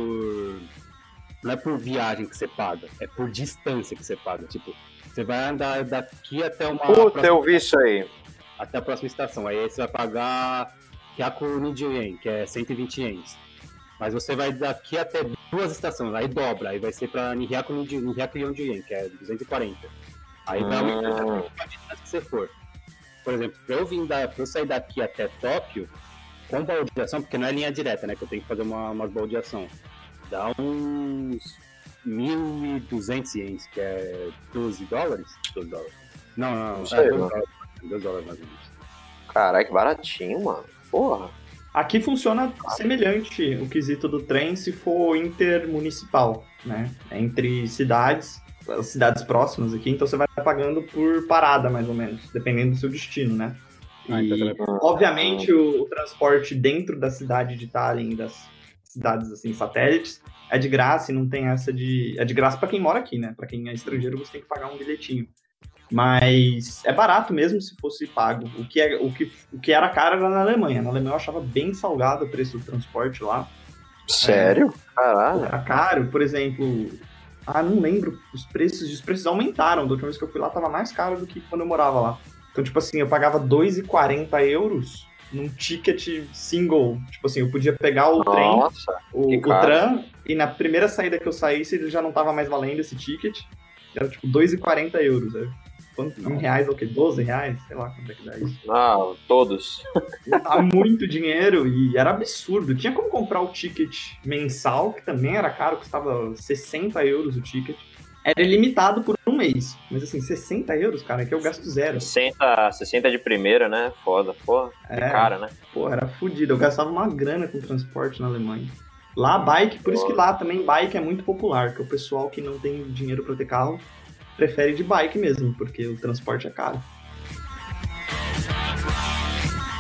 por viagem que você paga, é por distância que você paga. Tipo, você vai andar daqui até uma... eu vi isso aí. Até a próxima estação. Aí você vai pagar Hyaku-Nijiu-yen, que é 120 ienes. Mas você vai daqui até 2 estações, aí dobra, aí vai ser pra Nihyaku-Yonju-yen, que é 240. Aí vai aumentando a distância que você for. Por exemplo, pra eu sair daqui até Tóquio, com baldeação, porque não é linha direta, né, que eu tenho que fazer uma baldeação, dá uns 1.200 ienes, que é $12? 12 dólares. Não, sei, $12 mais ou menos. Caralho, que baratinho, mano. Porra. Aqui funciona semelhante o quesito do trem se for intermunicipal, né? Entre cidades, as cidades próximas aqui, então você vai pagando por parada, mais ou menos, dependendo do seu destino, né? E, obviamente, o transporte dentro da cidade de Tallinn, das cidades, assim, satélites, é de graça e não tem essa de... É de graça pra quem mora aqui, né? Pra quem é estrangeiro, você tem que pagar um bilhetinho. Mas é barato mesmo se fosse pago. O que era caro era na Alemanha. Na Alemanha eu achava bem salgado o preço do transporte lá. Sério? Caralho. Era caro, por exemplo... não lembro. Os preços aumentaram. Da última vez que eu fui lá, tava mais caro do que quando eu morava lá. Então, tipo assim, eu pagava 2,40 euros num ticket single. Tipo assim, eu podia pegar o trem, o tram, e na primeira saída que eu saísse, ele já não tava mais valendo esse ticket. Era tipo 2,40 euros. Em reais é o quê? 12 reais? Sei lá quanto é que dá isso. Todos. Dá muito dinheiro e era absurdo. Tinha como comprar o ticket mensal, que também era caro, custava 60 euros o ticket. Era ilimitado por um mês. Mas assim, 60 euros, cara, é que eu gasto zero. 60 de primeira, né? Foda, porra. Cara, né? Porra, era fodido. Eu gastava uma grana com transporte na Alemanha. Lá, bike, por isso que lá também bike é muito popular, que o pessoal que não tem dinheiro pra ter carro prefere de bike mesmo, porque o transporte é caro.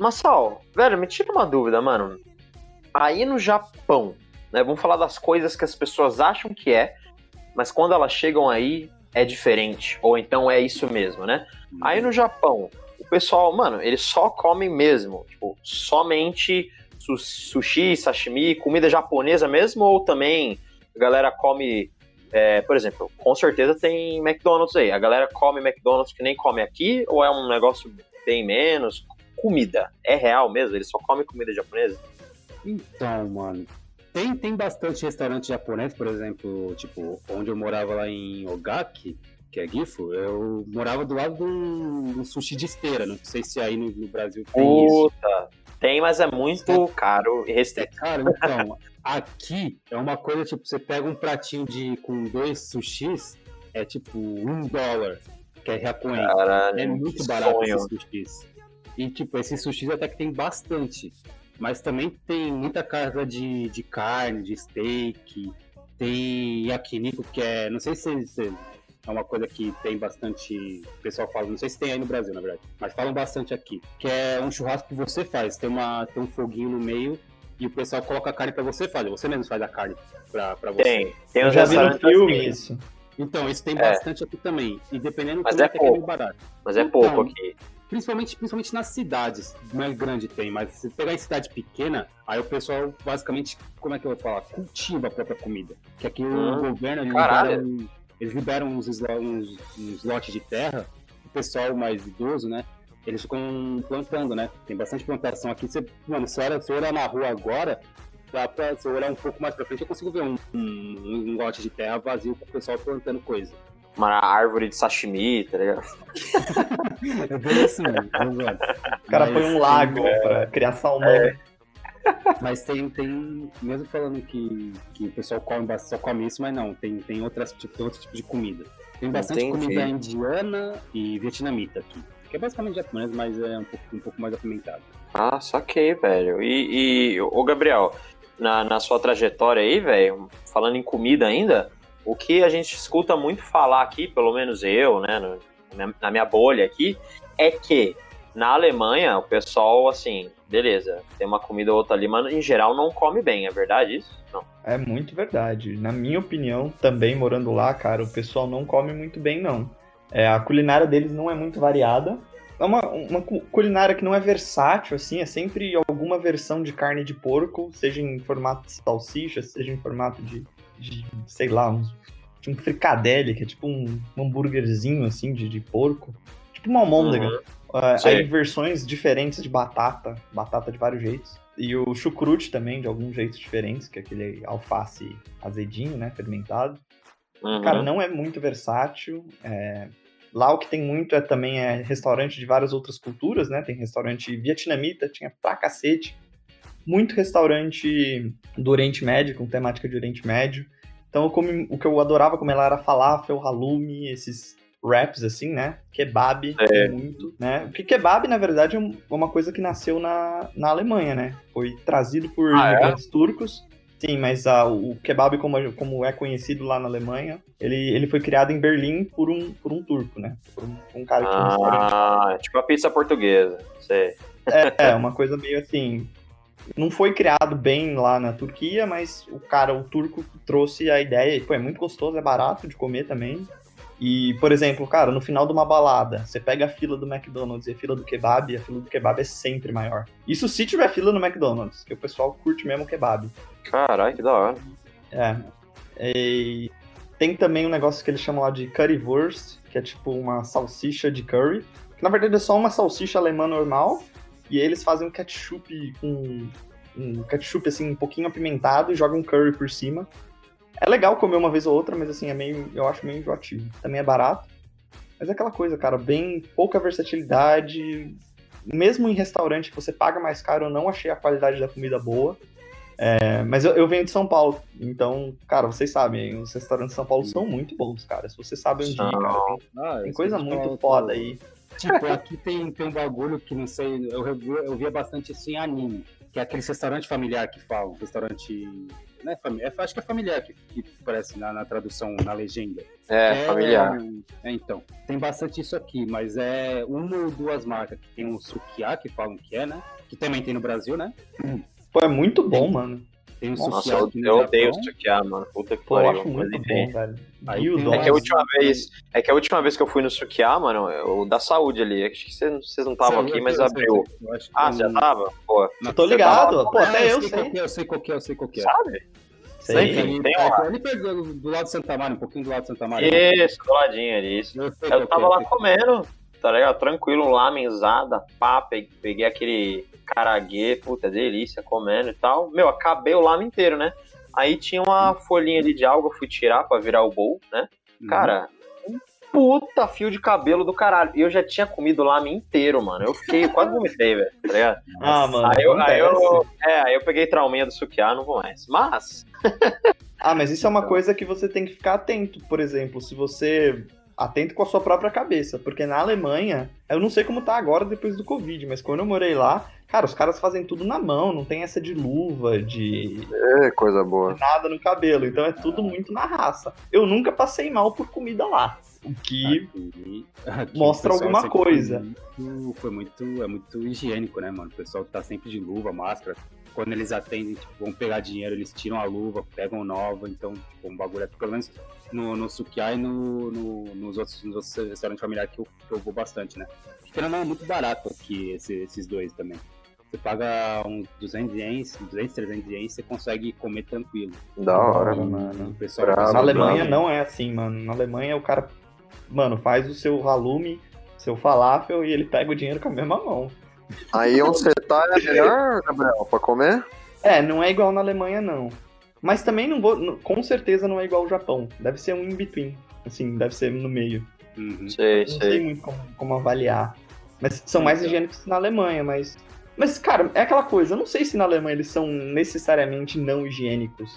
Massal, velho, me tira uma dúvida, mano. Aí no Japão, né? Vamos falar das coisas que as pessoas acham que é, mas quando elas chegam aí é diferente. Ou então é isso mesmo, né? Aí no Japão, o pessoal, mano, eles só comem mesmo. Tipo, somente sushi, sashimi, comida japonesa mesmo, ou também a galera come. Por exemplo, com certeza tem McDonald's aí. A galera come McDonald's que nem come aqui, ou é um negócio bem menos? Comida, é real mesmo? Eles só comem comida japonesa? Então, mano, tem bastante restaurante japonês, por exemplo, tipo, onde eu morava lá em Ogaki, que é Gifu, eu morava do lado de um sushi de esteira, não sei se aí no Brasil tem isso. Tem, mas é muito caro e restrito. Cara, então, aqui é uma coisa, tipo, você pega um pratinho com 2 sushis, é tipo $1, que é Ryakuen. Caralho, É muito barato esses sushis. E, tipo, esses sushis até que tem bastante. Mas também tem muita casa de carne, de steak, tem yakiniku, que é... Não sei se é uma coisa que tem bastante... O pessoal fala, não sei se tem aí no Brasil, na verdade, mas falam bastante aqui. Que é um churrasco que você faz, tem um foguinho no meio e o pessoal coloca a carne pra você fazer. Você mesmo faz a carne pra você. Tem eu já vi no filme isso. Então, isso tem bastante aqui também. E dependendo mas também até que é meio barato. Mas é pouco aqui. Principalmente nas cidades, não é grande tem, mas se pegar em cidade pequena, aí o pessoal basicamente, como é que eu vou falar? Cultiva a própria comida. Que aqui o governo, eles liberam uns lotes de terra, o pessoal mais idoso, né? Eles ficam plantando, né? Tem bastante plantação aqui. Mano, se eu olhar na rua agora, se eu olhar um pouco mais pra frente, eu consigo ver um lote de terra vazio com o pessoal plantando coisa. Uma árvore de sashimi, tá ligado? É bem assim, mano. O cara põe um lago pra criar salmão. Mas tem, mesmo falando que o pessoal só come isso, mas não, tem outro tipo de comida. Tem bastante comida indiana e vietnamita aqui. Que é basicamente japonês, mas é um pouco mais apimentado. Ah, saquei, velho. E ô Gabriel, na sua trajetória aí, velho, falando em comida ainda, o que a gente escuta muito falar aqui, pelo menos eu, né, na minha bolha aqui, é que na Alemanha o pessoal, assim, beleza, tem uma comida ou outra ali, mas em geral não come bem, é verdade isso? Não. É muito verdade. Na minha opinião, também morando lá, cara, o pessoal não come muito bem, não. A culinária deles não é muito variada. É uma culinária que não é versátil, assim, é sempre alguma versão de carne de porco, seja em formato de salsicha, seja em formato de sei lá, um fricadelle, que é tipo um hambúrguerzinho, assim, de porco. Tipo uma almôndega. Aí versões diferentes de batata de vários jeitos. E o chucrute também, de alguns jeitos diferentes, que é aquele alface azedinho, né, fermentado. Cara, não é muito versátil. Lá o que tem muito também é restaurante de várias outras culturas, né? Tem restaurante vietnamita, tinha pra cacete. Muito restaurante do Oriente Médio, com temática de Oriente Médio. Então o que eu adorava comer lá era falafel, halloumi, esses wraps assim, né? Kebab, muito, né? Porque kebab, na verdade, é uma coisa que nasceu na Alemanha, né? Foi trazido por imigrantes turcos. Sim, mas o kebab, como é conhecido lá na Alemanha, ele foi criado em Berlim por um turco, né? Por um cara que tinha um restaurante. Tipo a pizza portuguesa, sei. Uma coisa meio assim... Não foi criado bem lá na Turquia, mas o turco trouxe a ideia, e pô, é muito gostoso, é barato de comer também. E, por exemplo, cara, no final de uma balada, você pega a fila do McDonald's e a fila do kebab, é sempre maior. Isso se tiver fila no McDonald's, que o pessoal curte mesmo o kebab. Caralho, que da hora. E tem também um negócio que eles chamam lá de currywurst, que é tipo uma salsicha de curry, que na verdade é só uma salsicha alemã normal, e eles fazem um ketchup assim, um pouquinho apimentado e jogam um curry por cima. É legal comer uma vez ou outra, mas assim, eu acho meio enjoativo. Também é barato, mas é aquela coisa, cara, bem pouca versatilidade. Mesmo em restaurante que você paga mais caro, eu não achei a qualidade da comida boa. Mas eu venho de São Paulo, então, cara, vocês sabem, os restaurantes de São Paulo são muito bons, cara. Se você sabe onde ir, cara, tem coisa muito foda aí. Tipo, aqui tem um bagulho que, não sei, eu via bastante isso em anime. que é aquele restaurante familiar que falam, restaurante... Né, acho que é familiar que parece na tradução, na legenda. Familiar. Então, tem bastante isso aqui, mas é uma ou duas marcas. Que tem um sukiá, que falam que é, né? Que também tem no Brasil, né? Pô, é muito bom, mano. Tem um Nossa, sukiá aqui no eu odeio Japão. sukiá, mano. Puta que Pô, eu pariu. acho muito Mas, bom, enfim. velho. Aí E o tem dólar. É que a última vez que eu fui no sukiá, mano, o da saúde ali. Acho que vocês não estavam aqui, mas abriu. Eu acho que Ah, você já tava? Pô, Eu tô você ligado. tava- Pô, até eu sei. sei. Eu sei qual que é. Sabe? Sei. Enfim, tem lá. Ali do lado de Santa Maria, um pouquinho do lado de Santa Maria. Isso, do ladinho ali, isso. Eu sei Eu qual tava que é, lá eu sei. comendo, tá ligado? Tranquilo, lamenzada, pá, peguei aquele caraguê, puta, delícia, comendo e tal. Meu, acabei o lame inteiro, né? Aí tinha uma folhinha ali de alga, eu fui tirar pra virar o bowl, né? Cara, um puta fio de cabelo do caralho. E eu já tinha comido o lame inteiro, mano. Eu fiquei, quase vomitei, velho, tá ligado? Ah, mano, Aí acontece. eu peguei trauminha do sukiá, não vou mais. Mas, Ah, mas isso é uma coisa que você tem que ficar atento, por exemplo, se você... Atento com a sua própria cabeça, porque na Alemanha, eu não sei como tá agora depois do Covid, mas quando eu morei lá, cara, os caras fazem tudo na mão, não tem essa de luva, de coisa boa. nada no cabelo, então é tudo muito na raça. Eu nunca passei mal por comida lá, o que Aqui mostra o pessoal alguma sempre coisa. É muito higiênico, né, mano? O pessoal tá sempre de luva, máscara. Quando eles atendem, tipo, vão pegar dinheiro, eles tiram a luva, pegam nova, então, tipo, um bagulho é pelo menos no sukiá e nos outros restaurantes familiares que eu vou bastante, né? Porque não é muito barato aqui esses dois também. Você paga uns 200 ienes, 200, 300 ienes, você consegue comer tranquilo. Da hora, mano. O pessoal, Bravo, Na Alemanha bravo. não é assim, mano. Na Alemanha o cara, mano, faz o seu halloumi, seu falafel e ele pega o dinheiro com a mesma mão. Aí onde você tá é melhor, Gabriel, pra comer? É, não é igual na Alemanha, não. Mas também não vou. Com certeza não é igual ao Japão. Deve ser um in-between. Assim, deve ser no meio. Uhum. Sei, Não sei sei. muito como avaliar. Mas são mais Então. higiênicos que na Alemanha, mas. Mas, cara, é aquela coisa, eu não sei se na Alemanha eles são necessariamente não higiênicos.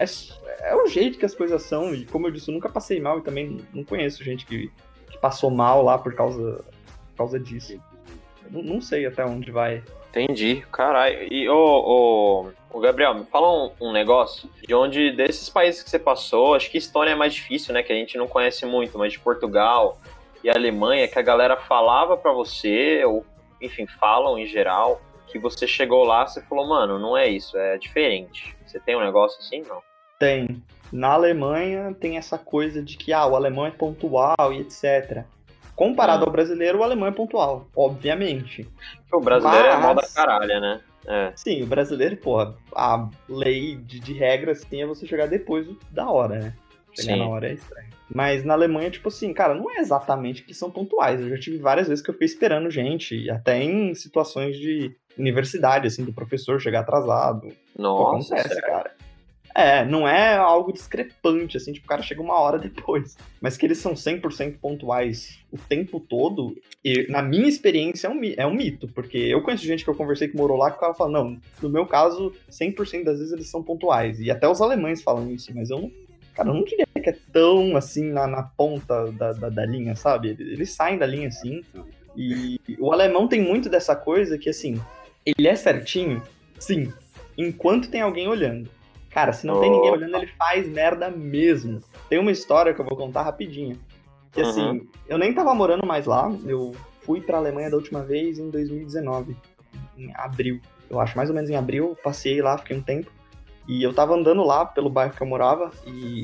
É o jeito que as coisas são, e como eu disse, eu nunca passei mal e também não conheço gente que passou mal lá por causa disso. Não sei até onde vai. Entendi, caralho. E, ô, Gabriel, me fala um negócio de onde, desses países que você passou, acho que Estônia é mais difícil, né, que a gente não conhece muito, mas de Portugal e Alemanha, que a galera falava pra você, ou, enfim, falam em geral, que você chegou lá, você falou, mano, não é isso, é diferente. Você tem um negócio assim, não? Tem. Na Alemanha tem essa coisa de que o alemão é pontual e etc. Comparado ao brasileiro, o alemão é pontual, obviamente. Porque o brasileiro é mó da Mas- caralha, né? É. Sim, o brasileiro, porra, a lei de regras assim, é você chegar depois da hora, né? Chegar Sim. na hora é estranho. Mas na Alemanha, tipo assim, cara, não é exatamente que são pontuais. Eu já tive várias vezes que eu fiquei esperando gente, até em situações de universidade, assim, do professor chegar atrasado. Pô, Nossa, acontece, sério. cara. É, não é algo discrepante, assim, tipo, o cara chega uma hora depois. Mas que eles são 100% pontuais o tempo todo, e na minha experiência é um mito, porque eu conheço gente que eu conversei que morou lá que o cara fala, não, no meu caso, 100% das vezes eles são pontuais. E até os alemães falam isso, mas eu não diria que é tão, assim, na ponta da linha, sabe? Eles saem da linha, assim, e o alemão tem muito dessa coisa que, assim, ele é certinho, sim, enquanto tem alguém olhando. Cara, se não tem ninguém olhando, ele faz merda mesmo. Tem uma história que eu vou contar rapidinho. Que assim, eu nem tava morando mais lá. Eu fui pra Alemanha da última vez em 2019. Em abril. Eu acho, mais ou menos em abril. Passei lá, fiquei um tempo. E eu tava andando lá pelo bairro que eu morava. E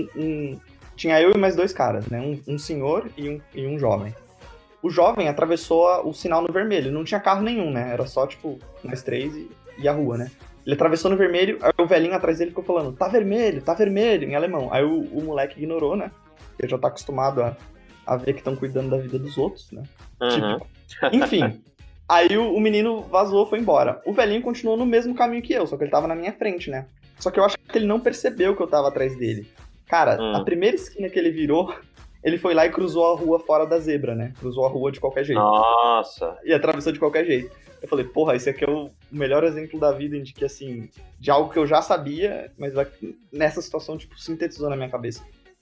tinha eu e mais dois caras, né? Um senhor e um jovem. O jovem atravessou o sinal no vermelho. Não tinha carro nenhum, né? Era só, tipo, nós três e a rua, né? Ele atravessou no vermelho, aí o velhinho atrás dele ficou falando, tá vermelho, em alemão. Aí o moleque ignorou, né? Ele já tá acostumado a ver que estão cuidando da vida dos outros, né? Típico. Enfim, aí o menino vazou, foi embora. O velhinho continuou no mesmo caminho que eu, só que ele tava na minha frente, né? Só que eu acho que ele não percebeu que eu tava atrás dele. Cara, a primeira esquina que ele virou, ele foi lá e cruzou a rua fora da zebra, né? Cruzou a rua de qualquer jeito. Nossa. E atravessou de qualquer jeito. Eu falei, porra, esse aqui é o melhor exemplo da vida de que, assim, de algo que eu já sabia, mas nessa situação, tipo, sintetizou na minha cabeça.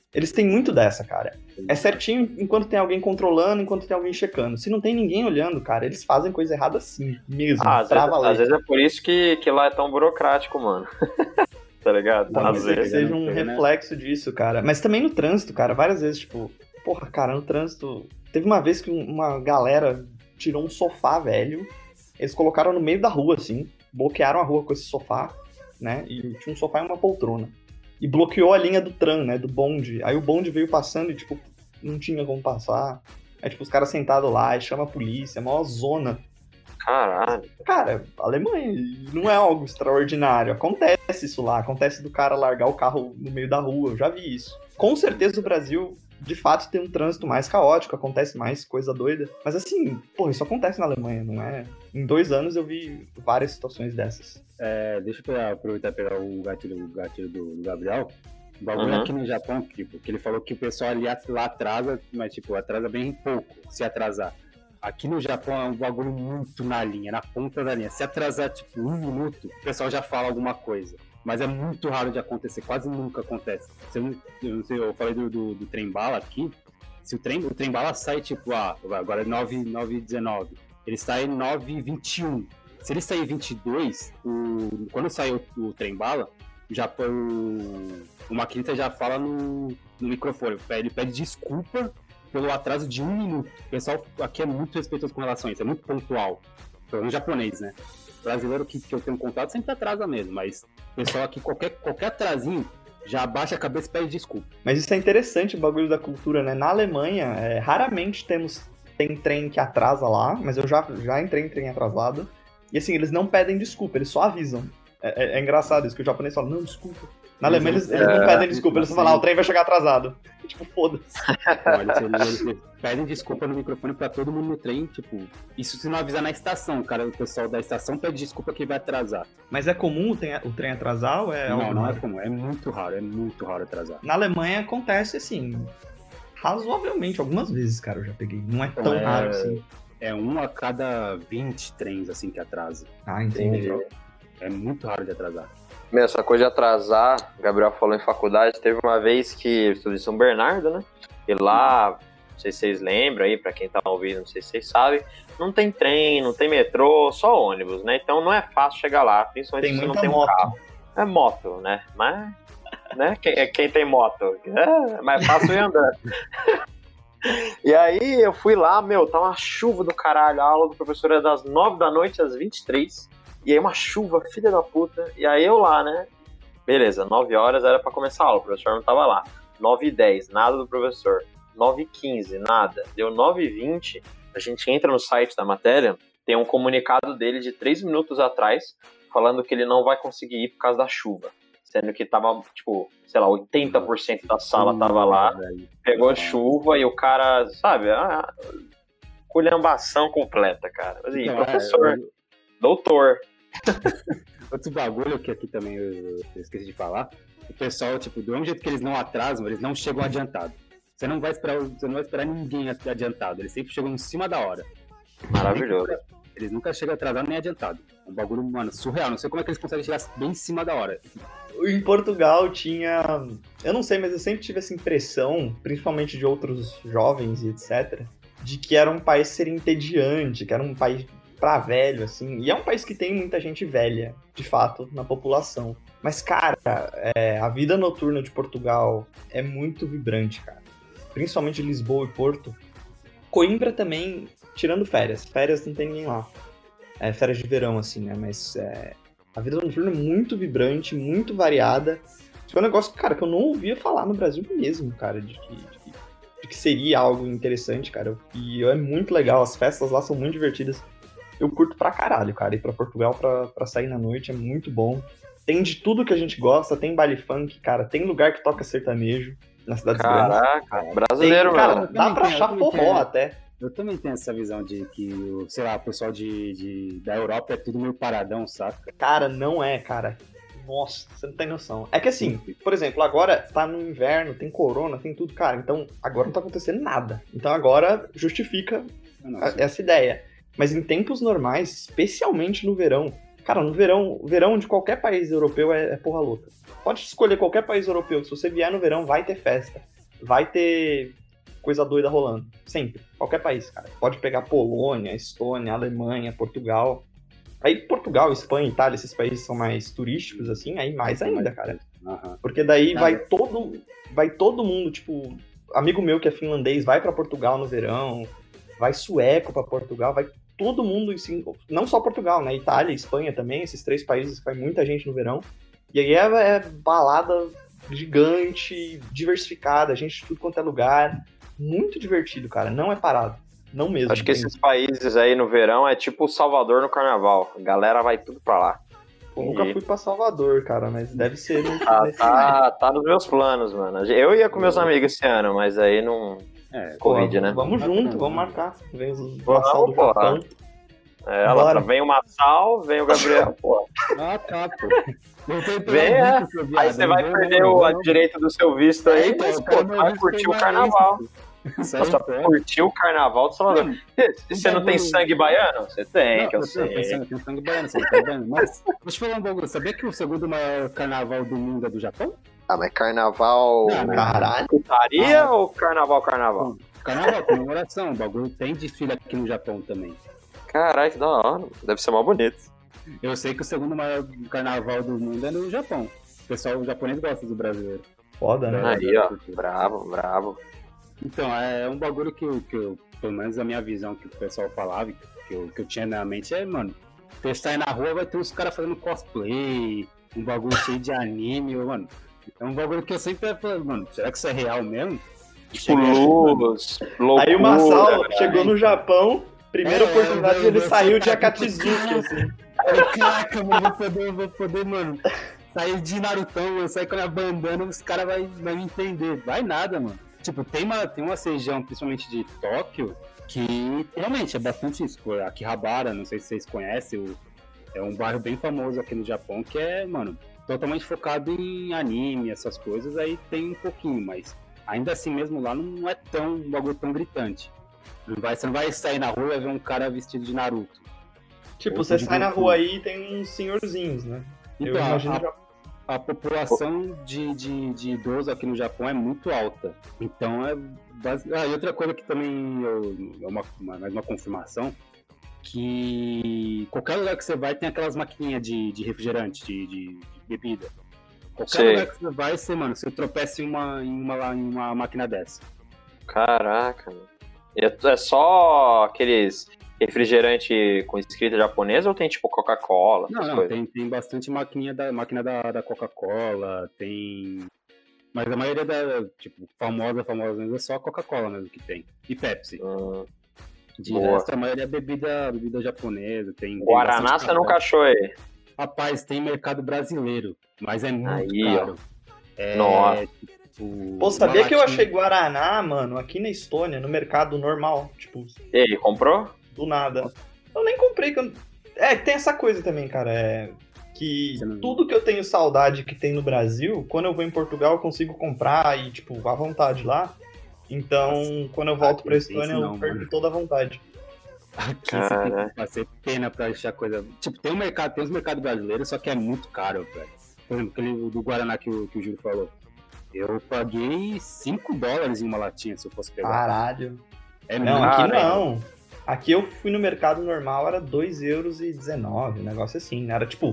Eles têm muito dessa, cara. É certinho enquanto tem alguém controlando, enquanto tem alguém checando. Se não tem ninguém olhando, cara, eles fazem coisa errada assim, mesmo. Às vezes é por isso que lá é tão burocrático, mano. Tá ligado? Pode ser que seja um reflexo disso, cara. Mas também no trânsito, cara, várias vezes, tipo... Porra, cara, no trânsito... Teve uma vez que uma galera tirou um sofá velho, eles colocaram no meio da rua, assim, bloquearam a rua com esse sofá, né? E tinha um sofá e uma poltrona. E bloqueou a linha do tram, né? Do bonde. Aí o bonde veio passando e, tipo, não tinha como passar. Aí, tipo, os caras sentados lá e chama a polícia, é maior zona. Caralho. Cara, Alemanha não é algo extraordinário. Acontece isso lá. Acontece do cara largar o carro no meio da rua. Eu já vi isso. Com certeza o Brasil, de fato, tem um trânsito mais caótico. Acontece mais coisa doida. Mas assim, pô, isso acontece na Alemanha, não é? Em 2 anos eu vi várias situações dessas. Deixa eu aproveitar e pegar o gatilho do Gabriel. O bagulho aqui no Japão, tipo, que ele falou que o pessoal ali lá atrasa, mas tipo, atrasa bem pouco, se atrasar. Aqui no Japão é um bagulho muito na linha, na ponta da linha. Se atrasar, tipo, 1 minuto, o pessoal já fala alguma coisa. Mas é muito raro de acontecer, quase nunca acontece. Eu falei do trem-bala aqui. Se o trem-bala sai, tipo, agora é 9h19. Ele sai 9h21. Se ele sair 22, quando sai o trem-bala, o maquinista já fala no microfone. Ele pede desculpa pelo atraso de 1 minuto. O pessoal aqui é muito respeitoso com relação a isso, é muito pontual. Pelo menos japonês, né? O brasileiro que eu tenho contato sempre atrasa mesmo, mas o pessoal aqui, qualquer atrasinho, já abaixa a cabeça e pede desculpa. Mas isso é interessante, o bagulho da cultura, né? Na Alemanha, raramente tem trem que atrasa lá, mas eu já entrei em trem atrasado. E assim, eles não pedem desculpa, eles só avisam. É engraçado isso, que o japonês fala, não, desculpa. Na Alemanha eles não pedem desculpa, eles só falam, o trem vai chegar atrasado. Tipo, foda-se. Eles pedem desculpa no microfone pra todo mundo no trem, tipo, isso se não avisar na estação, cara, o pessoal da estação pede desculpa que vai atrasar. Mas é comum o trem atrasar ou é Não é comum, é muito raro atrasar. Na Alemanha acontece assim, razoavelmente, algumas vezes, cara, eu já peguei. Não é tão raro assim. É 1 a cada 20 trens, assim, que atrasa. Ah, entendi. É muito raro de atrasar. Meu, essa coisa de atrasar, o Gabriel falou em faculdade, teve uma vez que eu estudei em São Bernardo, né? E lá, não sei se vocês lembram aí, pra quem tá ouvindo, não sei se vocês sabem, não tem trem, não tem metrô, só ônibus, né? Então não é fácil chegar lá, principalmente se você não tem um carro. É moto, né? Mas, né? Quem tem moto? É mais fácil ir andando. E aí eu fui lá, meu, tá uma chuva do caralho, a aula do professor é das 9 da noite às 23. E aí uma chuva, filha da puta. E aí eu lá, né? Beleza, 9 horas era pra começar a aula, o professor não tava lá. 9h10, nada do professor. 9h15, nada. Deu 9h20, a gente entra no site da matéria, tem um comunicado dele de 3 minutos atrás, falando que ele não vai conseguir ir por causa da chuva. Sendo que tava, tipo, sei lá, 80% da sala tava lá, pegou chuva e o cara, sabe, culhambação completa, cara. Assim, então, professor, doutor. Outro bagulho que aqui também eu esqueci de falar, o pessoal, tipo, do mesmo jeito que eles não atrasam, eles não chegam adiantado. Você não vai esperar ninguém adiantado, eles sempre chegam em cima da hora. Maravilhoso. Eles nunca chegam atrasado nem adiantado. É um bagulho, mano, surreal. Não sei como é que eles conseguem chegar bem em cima da hora. Em Portugal tinha... Eu não sei, mas eu sempre tive essa impressão, principalmente de outros jovens e etc., de que era um país ser entediante, que era um país pra velho, assim. E é um país que tem muita gente velha, de fato, na população. Mas, cara, a vida noturna de Portugal é muito vibrante, cara. Principalmente Lisboa e Porto. Coimbra também, tirando férias. Férias não tem ninguém lá. Férias de verão, assim, né? Mas a vida noturna é muito vibrante, muito variada. Isso é um negócio, cara, que eu não ouvia falar no Brasil mesmo, cara, de que seria algo interessante, cara. E é muito legal, as festas lá são muito divertidas. Eu curto pra caralho, cara. Ir pra Portugal pra sair na noite é muito bom. Tem de tudo que a gente gosta, tem baile funk, cara. Tem lugar que toca sertanejo na cidade grandes. Caraca, brasileiro, cara, mano. Dá pra achar forró até. Eu também tenho essa visão de que, sei lá, o pessoal da Europa é tudo meio paradão, saca? Cara, não é, cara. Nossa, você não tem noção. É que assim, por exemplo, agora tá no inverno, tem corona, tem tudo, cara. Então, agora não tá acontecendo nada. Então agora justifica essa ideia. Mas em tempos normais, especialmente no verão, cara, no verão de qualquer país europeu é porra louca. Pode escolher qualquer país europeu, que se você vier no verão, vai ter festa. vai ter coisa doida rolando. Sempre. Qualquer país, cara. Pode pegar Polônia, Estônia, Alemanha, Portugal. Aí Portugal, Espanha, Itália, esses países são mais turísticos, assim, aí mais ainda, cara. Porque daí vai todo mundo, tipo, amigo meu que é finlandês vai pra Portugal no verão, vai sueco pra Portugal, vai todo mundo, assim, não só Portugal, né? Itália, Espanha também, esses 3 países vai muita gente no verão. E aí é balada gigante, diversificada, gente de tudo quanto é lugar. Muito divertido, cara. Não é parado. Não mesmo. Acho que esses países aí no verão é tipo Salvador no carnaval. A galera vai tudo pra lá. Eu nunca fui pra Salvador, cara, mas deve ser. Tá nos meus planos, mano. Eu ia com meus amigos esse ano, mas aí não. Covid, né? Vamos junto, vamos marcar. Vem os Massal do Japão. Vem o Massal, vem o Gabriel, pô. Tá, pô. Vem, aí você vai perder o direito do seu visto aí, mas, pô, vai curtir o carnaval. Nossa, curtir o carnaval do Salvador. Você não tem sangue baiano? Você tem, que eu sei. Tem sangue baiano, você tá vendo? Mas, deixa eu te falar um bagulho. Sabia que o segundo maior carnaval do mundo é do Japão? Mas carnaval... Caralho. Putaria ou carnaval? Carnaval, comemoração. O bagulho tem desfile aqui no Japão também. Caralho, que da hora. Deve ser mó bonito. Eu sei que o segundo maior carnaval do mundo é no Japão. O pessoal, o japonês gosta do brasileiro. Foda, né? Aí, ó. Bravo. Então, é um bagulho que eu, pelo menos a minha visão que o pessoal falava, que eu tinha na mente, mano, você sai na rua, vai ter uns caras fazendo cosplay, um bagulho cheio de anime, mano. É um bagulho que eu sempre falei, mano, será que isso é real mesmo? Loucura. Aí o Massal chegou no Japão, primeira oportunidade ele saiu de Akatsuki, assim. Caraca, mano, vou poder, mano, sair de Narutão, mano, sair com a minha bandana, os caras vão me entender. Vai nada, mano. Tipo, tem uma região, principalmente de Tóquio, que realmente é bastante isso. Akihabara, não sei se vocês conhecem, é um bairro bem famoso aqui no Japão, que é, mano, totalmente focado em anime, essas coisas, aí tem um pouquinho, mas ainda assim mesmo lá não é um bagulho tão gritante. Você não vai sair na rua e vai ver um cara vestido de Naruto. Tipo, você sai na rua aí e tem uns senhorzinhos, né? Então, eu imagino a população de idosos aqui no Japão é muito alta. Então e outra coisa que também mais uma confirmação, que qualquer lugar que você vai tem aquelas maquininhas de refrigerante, de bebida. Qualquer lugar que você vai, você tropeça em uma máquina dessa. Caraca, mano. É só aqueles refrigerante com escrita japonesa ou tem tipo Coca-Cola? Não, tem bastante máquina da Coca-Cola, tem. Mas a maioria tipo, famosa mesmo é só a Coca-Cola mesmo que tem. E Pepsi. De resto, a maioria é bebida japonesa. Tem Guaraná você nunca achou aí? Rapaz, tem mercado brasileiro, mas é muito caro. Nossa. Pô, sabia que eu achei Guaraná, mano, aqui na Estônia, no mercado normal, tipo... E ele comprou? Do nada. Eu nem comprei, tem essa coisa também, cara, que tudo que eu tenho saudade que tem no Brasil, quando eu vou em Portugal eu consigo comprar e, tipo, à vontade lá. Então, quando eu volto pra Estônia, eu perco toda a vontade. Aqui vai ser pena pra achar coisa... Tipo, tem uns mercados brasileiros, só que é muito caro, velho. Por exemplo, aquele do Guaraná que o Júlio falou. Eu paguei $5 em uma latinha, se eu fosse pegar. Caralho. Não, aqui não. Aqui eu fui no mercado normal, era €2,19, um negócio assim. Era tipo,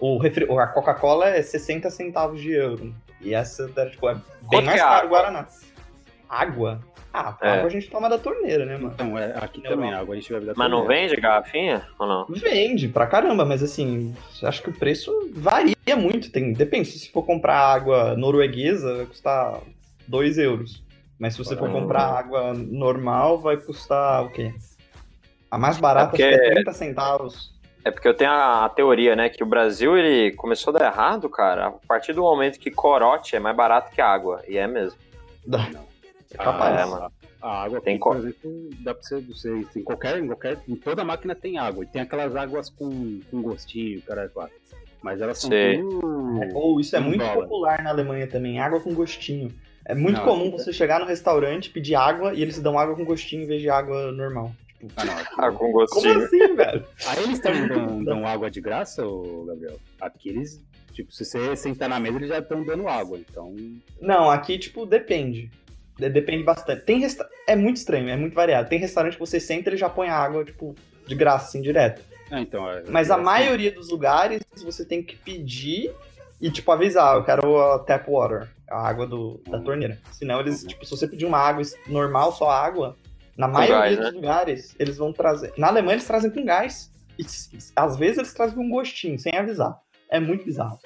a Coca-Cola é 60 centavos de euro. E essa era, tipo, bem mais caro o Guaraná. Água? Água a gente toma da torneira, né, mano? Então, aqui também, água a gente bebe da torneira. Mas não vende garrafinha ou não? Vende, pra caramba, mas assim, acho que o preço varia muito. Depende, se for comprar água norueguesa, vai custar €2. Mas se você for comprar água normal, vai custar o quê? A mais barata acho que é 30 centavos. É porque eu tenho a teoria, né, que o Brasil, ele começou a dar errado, cara, a partir do momento que corote é mais barato que água, e é mesmo. Não. É capaz. Mano. A água aqui, por exemplo, dá pra você em toda máquina tem água, e tem aquelas águas com gostinho, caralho, claro. Mas elas são tudo... isso é muito popular na Alemanha também, água com gostinho. É muito comum você chegar no restaurante, pedir água, e eles dão água com gostinho em vez de água normal. Água com gostinho. Como assim, velho? Aí eles também dão água de graça, ô Gabriel? Aqui eles, tipo, se você sentar na mesa, eles já estão dando água, então... Não, aqui, tipo, depende. Depende bastante. É muito estranho, é muito variado. Tem restaurante que você senta e ele já põe a água, tipo, de graça, assim, direto. Então, Mas a maioria dos lugares você tem que pedir e, tipo, avisar, eu quero a tap water, a água da torneira. Senão eles, tipo, se você pedir uma água normal, só água, na maioria dos lugares, eles vão trazer. Na Alemanha eles trazem com gás. E às vezes eles trazem com um gostinho, sem avisar. É muito bizarro.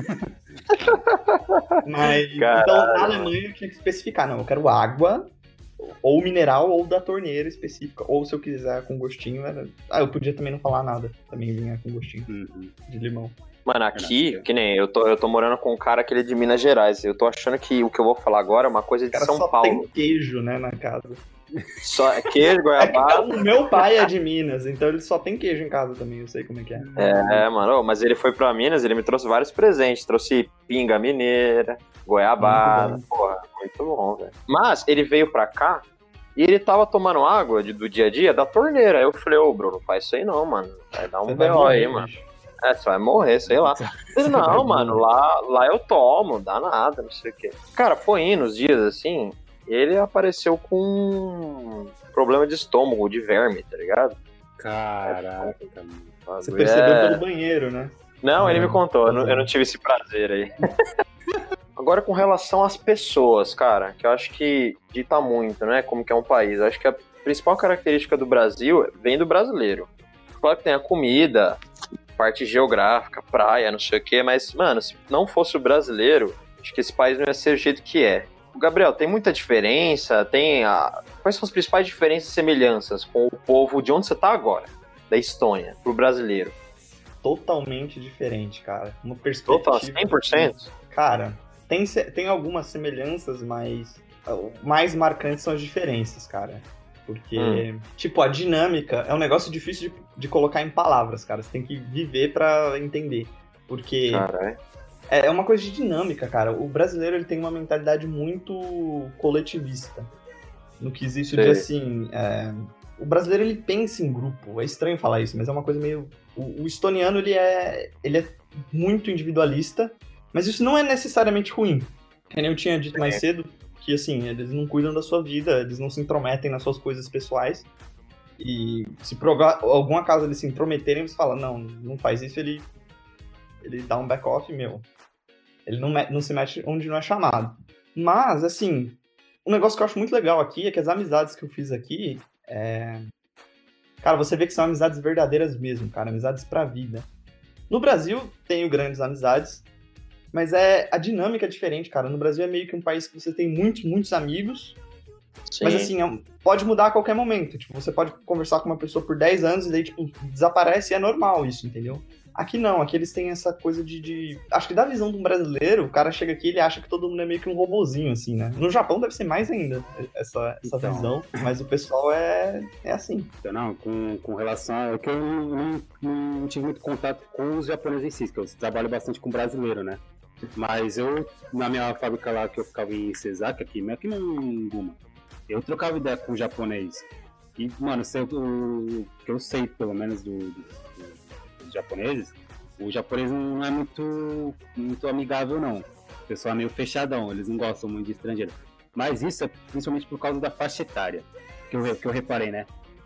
Mas, então, na Alemanha eu tinha que especificar, não, eu quero água, ou mineral, ou da torneira específica, ou se eu quiser com gostinho, eu podia também não falar nada, também vinha com gostinho de limão. Mano, aqui, que nem eu tô morando com um cara que ele é de Minas Gerais, eu tô achando que o que eu vou falar agora é uma coisa de São Paulo. Tem queijo, né, na casa. Só queijo, goiabada. O meu pai é de Minas, então ele só tem queijo em casa também, eu sei como é que é. Mano, mas ele foi pra Minas, ele me trouxe vários presentes, trouxe pinga mineira, goiabada, porra, muito bom, velho. Mas ele veio pra cá e ele tava tomando água do dia a dia da torneira, aí eu falei, Bruno, faz isso aí não, mano, vai dar um B.O. aí, mano. Você vai morrer, sei lá. Ele, não, mano, lá eu tomo, dá nada, não sei o quê. Cara, foi indo os dias assim, ele apareceu com problema de estômago, de verme, tá ligado? Caraca, você percebeu pelo banheiro, né? Não, ele me contou, eu não tive esse prazer aí. Agora, com relação às pessoas, cara, que eu acho que dita muito, né, como que é um país. Eu acho que a principal característica do Brasil vem do brasileiro. Claro que tem a comida, parte geográfica, praia, não sei o quê, mas, mano, se não fosse o brasileiro, acho que esse país não ia ser do jeito que é. Gabriel, tem muita diferença? Quais são as principais diferenças e semelhanças com o povo de onde você tá agora, da Estônia, pro brasileiro? Totalmente diferente, cara. Uma perspectiva... Total, 100%? Cara, tem algumas semelhanças, mas mais marcantes são as diferenças, cara. Porque, tipo, a dinâmica é um negócio difícil de colocar em palavras, cara. Você tem que viver pra entender. Porque... Caralho. É uma coisa de dinâmica, cara. O brasileiro, ele tem uma mentalidade muito coletivista. No quesito de, assim... O brasileiro, ele pensa em grupo. É estranho falar isso, mas é uma coisa meio... O estoniano, ele é muito individualista, mas isso não é necessariamente ruim. Que nem eu tinha dito mais cedo, que, assim, eles não cuidam da sua vida, eles não se intrometem nas suas coisas pessoais. E se por algum acaso eles se intrometerem, você fala, não faz isso, ele dá um back-off, meu. Ele não se mete onde não é chamado. Mas, assim, um negócio que eu acho muito legal aqui é que as amizades que eu fiz aqui, cara, você vê que são amizades verdadeiras mesmo, cara, amizades pra vida. No Brasil, tenho grandes amizades, mas a dinâmica é diferente, cara. No Brasil é meio que um país que você tem muitos, muitos amigos, sim. Mas, assim, pode mudar a qualquer momento. Tipo, você pode conversar com uma pessoa por 10 anos e daí, tipo, desaparece e é normal isso, entendeu? Aqui não, aqui eles têm essa coisa de... Acho que da visão de um brasileiro, o cara chega aqui e ele acha que todo mundo é meio que um robozinho, assim, né? No Japão deve ser mais ainda essa visão, mas o pessoal é assim. Então, não, com relação a... que eu não tive muito contato com os japoneses em si, que eu trabalho bastante com brasileiro, né? Mas eu, na minha fábrica lá, que eu ficava em Sesaki, aqui em Guma, eu trocava ideia com o japonês. E, mano, o que eu sei, pelo menos, dos japoneses, o japonês não é muito amigável, não. O pessoal é meio fechadão, eles não gostam muito de estrangeiro. Mas isso é principalmente por causa da faixa etária, que eu reparei, né?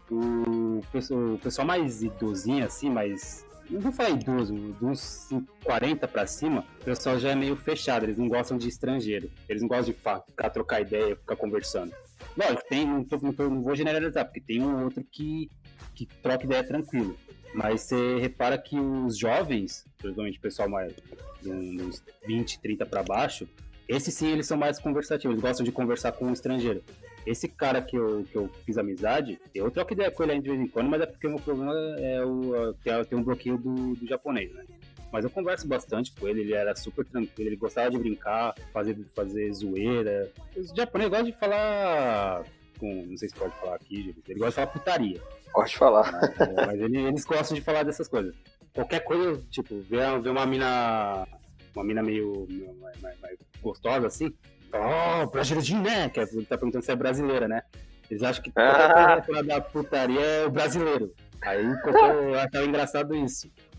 O pessoal mais idosinho, assim, não vou falar idoso, dos 40 pra cima, o pessoal já é meio fechado, eles não gostam de estrangeiro. Eles não gostam de ficar trocar ideia, ficar conversando. Lógico, não vou generalizar, porque tem um outro que troca ideia tranquilo. Mas você repara que os jovens, principalmente o pessoal mais de uns 20, 30 para baixo, esses sim, eles são mais conversativos, eles gostam de conversar com um estrangeiro. Esse cara que eu fiz amizade, eu troco ideia com ele aí de vez em quando, mas é porque o meu problema tem um bloqueio do japonês, né? Mas eu converso bastante com ele era super tranquilo, ele gostava de brincar, fazer zoeira. Os japoneses gostam de falar... não sei se pode falar aqui, gente, ele gosta de falar putaria. Pode falar. Mas eles gostam de falar dessas coisas. Qualquer coisa, tipo, ver uma mina meio mais gostosa, assim, fala, brasileirinho, né? Que ele tá perguntando se é brasileira, né? Eles acham que toda da putaria é o brasileiro. Aí eu achava engraçado isso.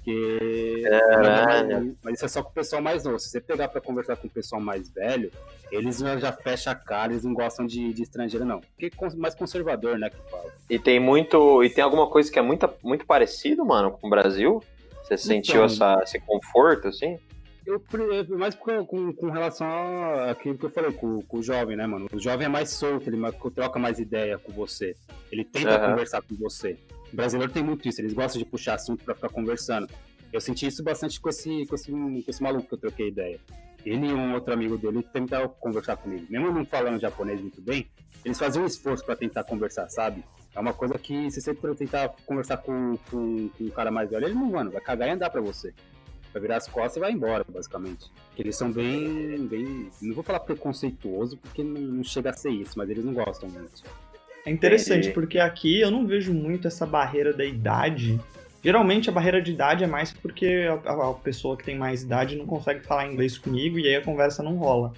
Porque. Caralho. Mas isso é só com o pessoal mais novo. Se você pegar pra conversar com o pessoal mais velho, eles já fecham a cara, eles não gostam de estrangeiro, não. Porque mais conservador, né, que fala. E tem alguma coisa que é muito parecido, mano, com o Brasil? Você sentiu esse conforto, assim? Mais com relação àquilo que eu falei, com o jovem, né, mano? O jovem é mais solto, ele troca mais ideia com você. Ele tenta conversar com você. O brasileiro tem muito isso, eles gostam de puxar assunto pra ficar conversando. Eu senti isso bastante com esse maluco que eu troquei ideia. Ele e um outro amigo dele tentaram conversar comigo. Mesmo não falando japonês muito bem, eles faziam um esforço pra tentar conversar, sabe? É uma coisa que, se você tentar conversar com um cara mais velho, ele não, mano, vai cagar e andar pra você. Vai virar as costas e vai embora, basicamente. Porque eles são bem... Não vou falar preconceituoso, porque não chega a ser isso, mas eles não gostam muito. É interessante, porque aqui eu não vejo muito essa barreira da idade. Geralmente a barreira de idade é mais porque a pessoa que tem mais idade não consegue falar inglês comigo e aí a conversa não rola.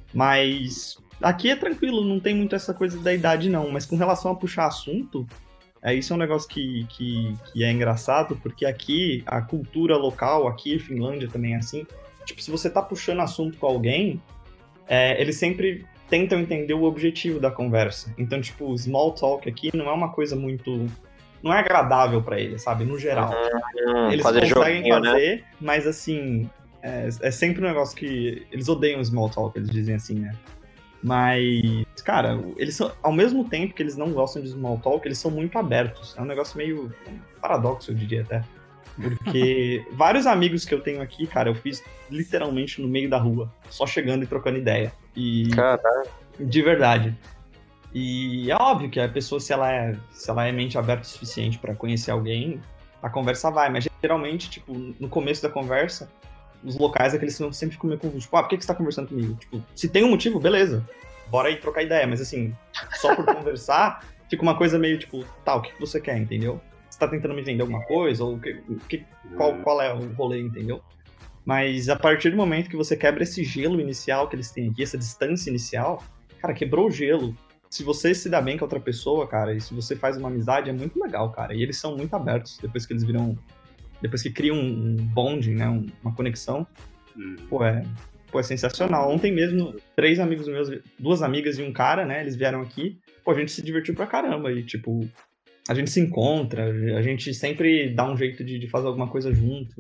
Mas aqui é tranquilo, não tem muito essa coisa da idade não. Mas com relação a puxar assunto, isso é um negócio que é engraçado, porque aqui a cultura local, aqui Finlândia também é assim, tipo, se você tá puxando assunto com alguém, eles sempre tentam entender o objetivo da conversa. Então, tipo, o small talk aqui não é uma coisa muito... Não é agradável pra eles, sabe? No geral. Eles conseguem joguinho, fazer, né? Mas assim, é sempre um negócio que... Eles odeiam o small talk, eles dizem assim, né? Mas, cara, eles são, ao mesmo tempo que eles não gostam de small talk, eles são muito abertos. É um negócio meio paradoxo, eu diria até. Porque vários amigos que eu tenho aqui, cara, eu fiz literalmente no meio da rua, só chegando e trocando ideia. E caralho. De verdade. E é óbvio que a pessoa, se ela é mente aberta o suficiente pra conhecer alguém, a conversa vai. Mas geralmente, tipo, no começo da conversa, os locais é que eles sempre ficam meio confusos. Tipo, por que você tá conversando comigo? Tipo, se tem um motivo, beleza. Bora aí trocar ideia. Mas assim, só por conversar, fica uma coisa meio tipo, o que você quer, entendeu? Você tá tentando me vender alguma coisa? Ou qual é o rolê, entendeu? Mas a partir do momento que você quebra esse gelo inicial que eles têm aqui, essa distância inicial, cara, quebrou o gelo. Se você se dá bem com outra pessoa, cara, e se você faz uma amizade, é muito legal, cara. E eles são muito abertos depois que eles viram... Depois que criam um bonding, né, uma conexão, pô, é sensacional. Ontem mesmo, 3 amigos meus, 2 amigas e um cara, né, eles vieram aqui, pô, a gente se divertiu pra caramba e, tipo, a gente se encontra, a gente sempre dá um jeito de fazer alguma coisa junto.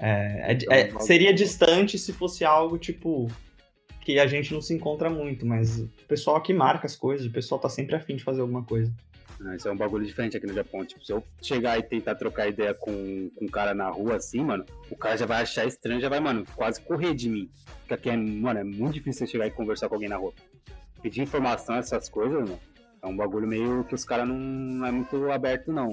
Seria distante se fosse algo, tipo, que a gente não se encontra muito, mas o pessoal aqui marca as coisas, o pessoal tá sempre afim de fazer alguma coisa. Isso é um bagulho diferente aqui no Japão. Tipo, se eu chegar e tentar trocar ideia com um cara na rua assim, mano, o cara já vai achar estranho, já vai, mano, quase correr de mim. Porque aqui, mano, é muito difícil você chegar e conversar com alguém na rua. Pedir informação, essas coisas, mano, é um bagulho meio que os caras não é muito aberto, não.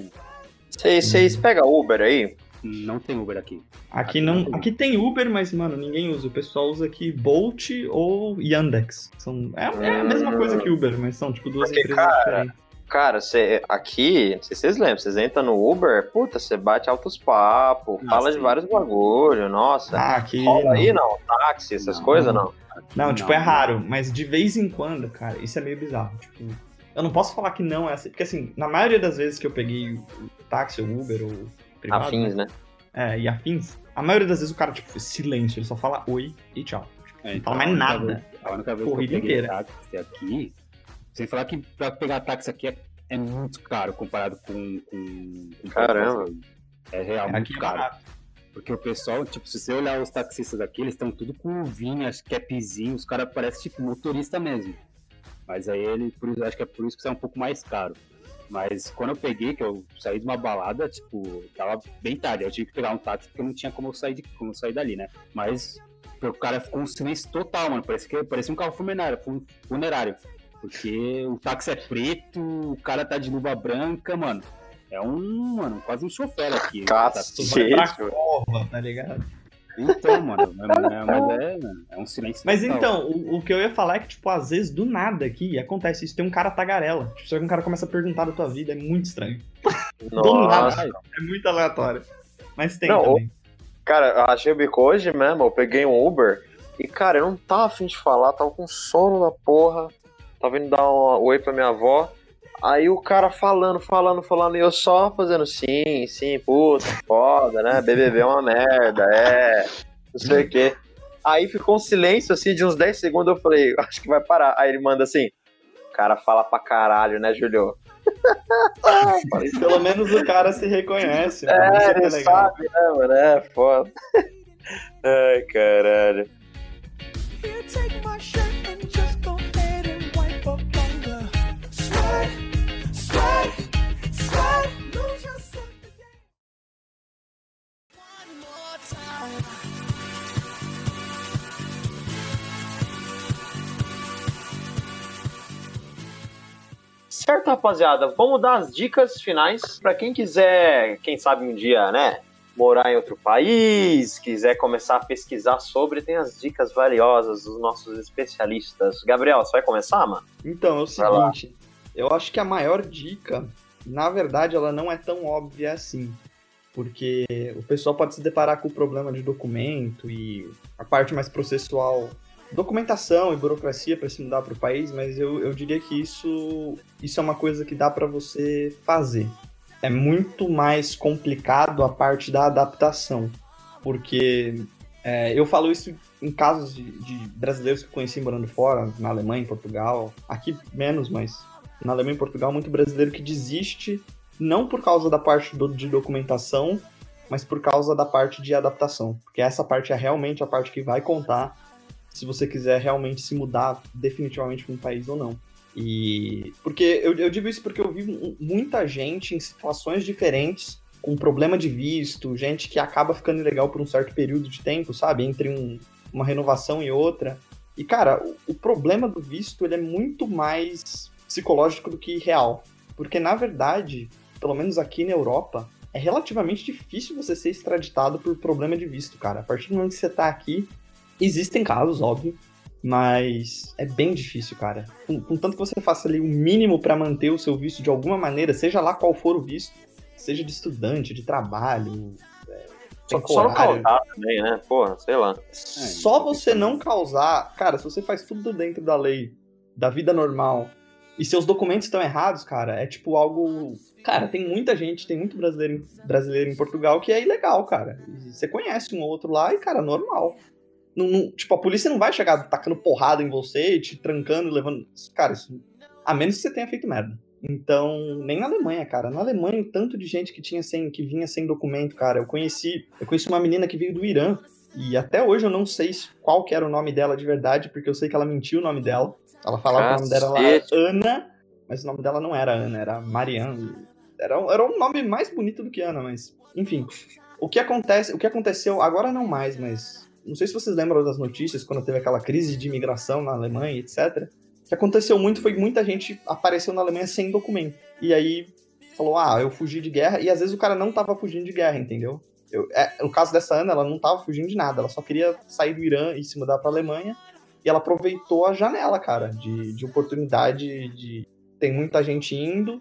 Vocês pegam Uber aí? Não tem Uber aqui. Aqui tem Uber, mas, mano, ninguém usa. O pessoal usa aqui Bolt ou Yandex. É a mesma coisa que Uber, mas são, tipo, duas empresas diferentes. Cara, aqui, não sei se vocês lembram, vocês entram no Uber, puta, você bate altos papos, fala de vários bagulho, nossa. Aqui rola aí não, táxi, essas coisas não. Não, tipo, é raro, mas de vez em quando, cara, isso é meio bizarro. Tipo, eu não posso falar que não é assim, porque assim, na maioria das vezes que eu peguei o táxi, ou Uber, ou privado... Afins, né? E afins, a maioria das vezes o cara, tipo, silêncio, ele só fala oi e tchau. Não fala mais nada. A única vez corrida que eu peguei inteira. Táxi aqui, sem falar que pra pegar táxi aqui é muito caro comparado com caramba. É real, muito aqui caro. Barato. Porque o pessoal, tipo, se você olhar os taxistas aqui, eles estão tudo com vinhas, capzinho, os caras parecem tipo motorista mesmo. Mas aí acho que é por isso que é um pouco mais caro. Mas quando eu peguei, que eu saí de uma balada, tipo, tava bem tarde. Eu tive que pegar um táxi porque não tinha como eu sair dali, né? Mas o cara ficou um silêncio total, mano. Parecia um carro funerário. Porque o táxi é preto, o cara tá de luva branca, mano. É quase um chofer aqui. Cacete, pra cova, tá ligado? Então, mano, é um silêncio. Mas total. então, o que eu ia falar é que, tipo, às vezes, do nada aqui, acontece isso. Tem um cara tagarela. Tipo, só que um cara começa a perguntar da tua vida, é muito estranho. Do nada. É muito aleatório. Mas tem também. Cara, eu achei o bico hoje mesmo, eu peguei um Uber e, cara, eu não tava afim de falar, tava com sono da porra. Tava indo dar um oi pra minha avó. Aí o cara falando, e eu só fazendo sim, puta, foda, né? BBB é uma merda, não sei o quê. Aí ficou um silêncio, assim, de uns 10 segundos, eu falei, acho que vai parar. Aí ele manda assim, o cara fala pra caralho, né, Julio? Pelo menos o cara se reconhece, mano. Ele sabe, né, mano? É foda. Ai, caralho. Certo, rapaziada, vamos dar as dicas finais para quem quiser, quem sabe um dia, né, morar em outro país, quiser começar a pesquisar sobre, tem as dicas valiosas dos nossos especialistas. Gabriel, você vai começar, mano? Então, é o seguinte, eu acho que a maior dica, na verdade, ela não é tão óbvia assim, porque o pessoal pode se deparar com o problema de documento e a parte mais processual, documentação e burocracia para se mudar para o país, mas eu diria que isso é uma coisa que dá para você fazer. É muito mais complicado a parte da adaptação, porque eu falo isso em casos de brasileiros que eu conheci morando fora, na Alemanha, em Portugal, aqui menos, mas na Alemanha e Portugal, muito brasileiro que desiste, não por causa da parte de documentação, mas por causa da parte de adaptação, porque essa parte é realmente a parte que vai contar se você quiser realmente se mudar definitivamente para um país ou não. E porque eu digo isso porque eu vi muita gente em situações diferentes, com problema de visto, gente que acaba ficando ilegal por um certo período de tempo, sabe? Entre uma renovação e outra. E, cara, o problema do visto, ele é muito mais psicológico do que real. Porque, na verdade, pelo menos aqui na Europa, é relativamente difícil você ser extraditado por problema de visto, cara. A partir do momento que você tá aqui, existem casos, óbvio, mas é bem difícil, cara. Contanto que você faça ali o mínimo para manter o seu visto de alguma maneira, seja lá qual for o visto, seja de estudante, de trabalho, só não causar também, né? Porra, sei lá. Só você não causar... Cara, se você faz tudo dentro da lei, da vida normal, e seus documentos estão errados, cara, é tipo algo... Cara, tem muita gente, tem muito brasileiro em Portugal que é ilegal, cara. Você conhece um ou outro lá e, cara, normal. Tipo, a polícia não vai chegar tacando porrada em você, te trancando, levando... Cara, isso... A menos que você tenha feito merda. Então, nem na Alemanha, cara. Na Alemanha, o tanto de gente que vinha sem documento, cara. Eu conheci uma menina que veio do Irã. E até hoje eu não sei qual que era o nome dela de verdade, porque eu sei que ela mentiu o nome dela. Ela falava que o nome dela era Ana, mas o nome dela não era Ana, era Marianne. Era um nome mais bonito do que Ana, mas... Enfim, o que aconteceu, agora não mais, mas... Não sei se vocês lembram das notícias, quando teve aquela crise de imigração na Alemanha, etc. O que aconteceu muito foi que muita gente apareceu na Alemanha sem documento. E aí falou, eu fugi de guerra. E às vezes o cara não tava fugindo de guerra, entendeu? No caso dessa Ana, ela não tava fugindo de nada. Ela só queria sair do Irã e se mudar pra Alemanha. E ela aproveitou a janela, cara, de oportunidade. Tem muita gente indo.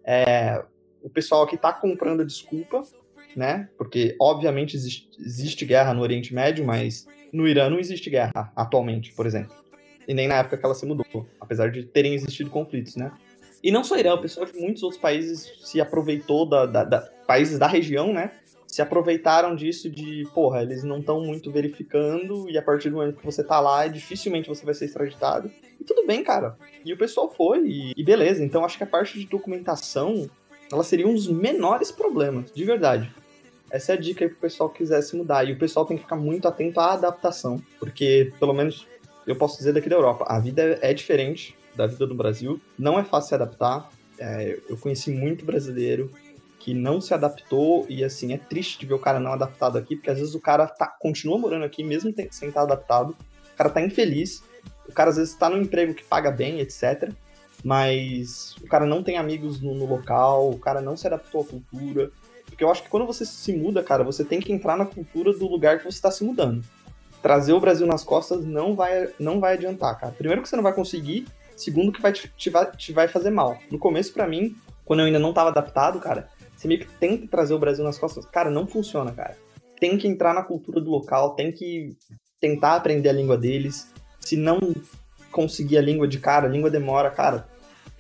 O pessoal aqui tá comprando desculpa, né? Porque, obviamente, existe guerra no Oriente Médio, mas no Irã não existe guerra atualmente, por exemplo. E nem na época que ela se mudou, apesar de terem existido conflitos, né? E não só Irã, o pessoal de muitos outros países se aproveitou, países da região, né? Se aproveitaram disso eles não estão muito verificando, e a partir do momento que você tá lá, dificilmente você vai ser extraditado. E tudo bem, cara. E o pessoal foi, e beleza. Então, acho que a parte de documentação, ela seria um dos menores problemas, de verdade. Essa é a dica aí pro pessoal que quiser se mudar. E o pessoal tem que ficar muito atento à adaptação. Porque, pelo menos, eu posso dizer daqui da Europa, a vida é diferente da vida do Brasil. Não é fácil se adaptar. Eu conheci muito brasileiro que não se adaptou. E, assim, é triste de ver o cara não adaptado aqui. Porque, às vezes, o cara continua morando aqui, mesmo sem estar adaptado. O cara tá infeliz. O cara, às vezes, tá num emprego que paga bem, etc. Mas o cara não tem amigos no local. O cara não se adaptou à cultura. Porque eu acho que quando você se muda, cara, você tem que entrar na cultura do lugar que você está se mudando. Trazer o Brasil nas costas não vai adiantar, cara. Primeiro que você não vai conseguir, segundo que te vai fazer mal. No começo, pra mim, quando eu ainda não estava adaptado, cara, você meio que tenta trazer o Brasil nas costas. Cara, não funciona, cara. Tem que entrar na cultura do local, tem que tentar aprender a língua deles. Se não conseguir a língua de cara, a língua demora, cara.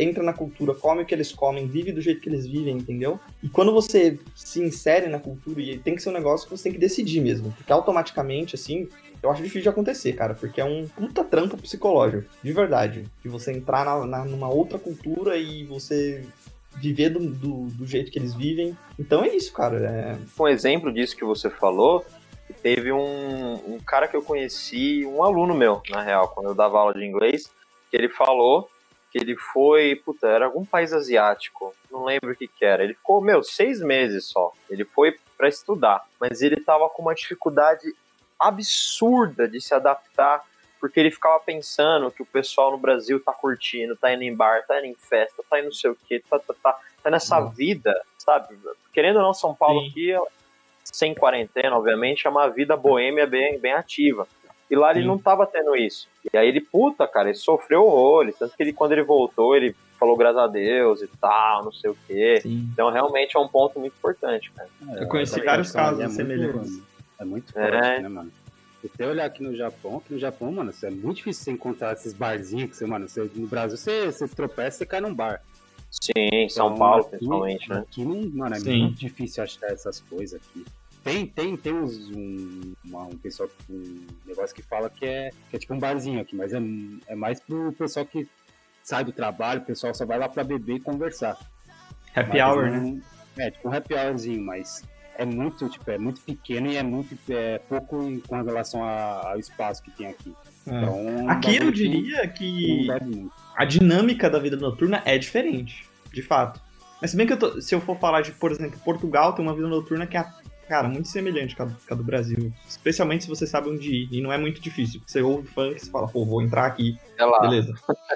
entra na cultura, come o que eles comem, vive do jeito que eles vivem, entendeu? E quando você se insere na cultura, e tem que ser um negócio que você tem que decidir mesmo, porque automaticamente, assim, eu acho difícil de acontecer, cara, porque é um puta trampo psicológico, de verdade, de você entrar numa outra cultura e você viver do jeito que eles vivem. Então é isso, cara. Um exemplo disso que você falou, teve um cara que eu conheci, um aluno meu, na real, quando eu dava aula de inglês, que ele falou que ele foi, era algum país asiático, não lembro o que era. Ele ficou, 6 meses só. Ele foi pra estudar, mas ele tava com uma dificuldade absurda de se adaptar, porque ele ficava pensando que o pessoal no Brasil tá curtindo, tá indo em bar, tá indo em festa, tá indo não sei o quê, tá nessa vida, sabe? Querendo ou não, São Paulo aqui, sem quarentena, obviamente, é uma vida boêmia bem ativa. E lá ele não tava tendo isso. E aí ele, cara, ele sofreu horrores. Tanto que quando ele voltou, ele falou graças a Deus e tal, não sei o quê. Sim. Então realmente é um ponto muito importante, cara. Eu conheci vários casos semelhantes. É muito forte, né, mano? Se você olhar aqui no Japão, mano, é muito difícil você encontrar esses barzinhos que no Brasil você tropeça, você cai num bar. Sim, em São Paulo, principalmente, né? Aqui, mano, é muito difícil achar essas coisas aqui. Tem um pessoal, um negócio que fala que é tipo um barzinho aqui, mas é mais pro pessoal que sai do trabalho, o pessoal só vai lá pra beber e conversar. Happy hour, né? Tipo um happy hourzinho, mas é muito pequeno e é muito pouco com relação ao espaço que tem aqui. Então, aqui eu diria que a dinâmica da vida noturna é diferente, de fato. Mas se bem que se eu for falar de, por exemplo, Portugal, tem uma vida noturna que é, cara, muito semelhante com a do Brasil. Especialmente se você sabe onde ir. E não é muito difícil. Você ouve funk e você fala, vou entrar aqui. É lá. Beleza.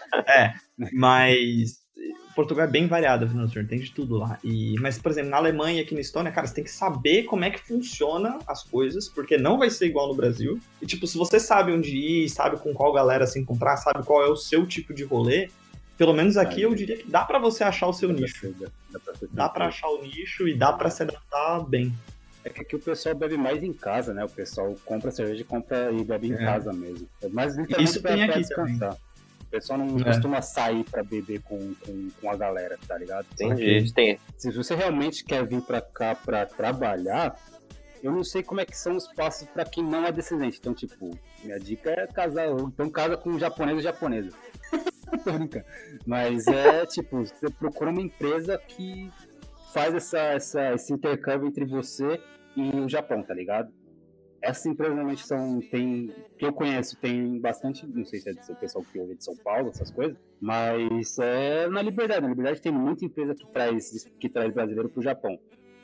Mas Portugal é bem variado a vida noturna, tem de tudo lá. Mas, por exemplo, na Alemanha e aqui na Estônia, cara, você tem que saber como é que funciona as coisas, porque não vai ser igual no Brasil. E, tipo, se você sabe onde ir, sabe com qual galera se encontrar, sabe qual é o seu tipo de rolê, pelo menos aqui eu diria que dá pra você achar o seu nicho. Dá pra achar o nicho e dá pra se adaptar bem. É que aqui o pessoal bebe mais em casa, né? O pessoal compra cerveja e bebe em casa mesmo. Mas isso tem aqui descansar. Também. O pessoal não costuma sair pra beber com a galera, tá ligado? Entendi. Se você realmente quer vir pra cá pra trabalhar, eu não sei como é que são os passos pra quem não é descendente. Então, tipo, minha dica é casar, então casa com um japonês ou japonesa. Tô brincando. Mas tipo, você procura uma empresa que faz esse intercâmbio entre você e o Japão, tá ligado? Essas empresas normalmente que eu conheço, tem bastante, não sei se é do pessoal que ouve de São Paulo, essas coisas, mas na Liberdade. Na Liberdade tem muita empresa que traz brasileiro pro Japão.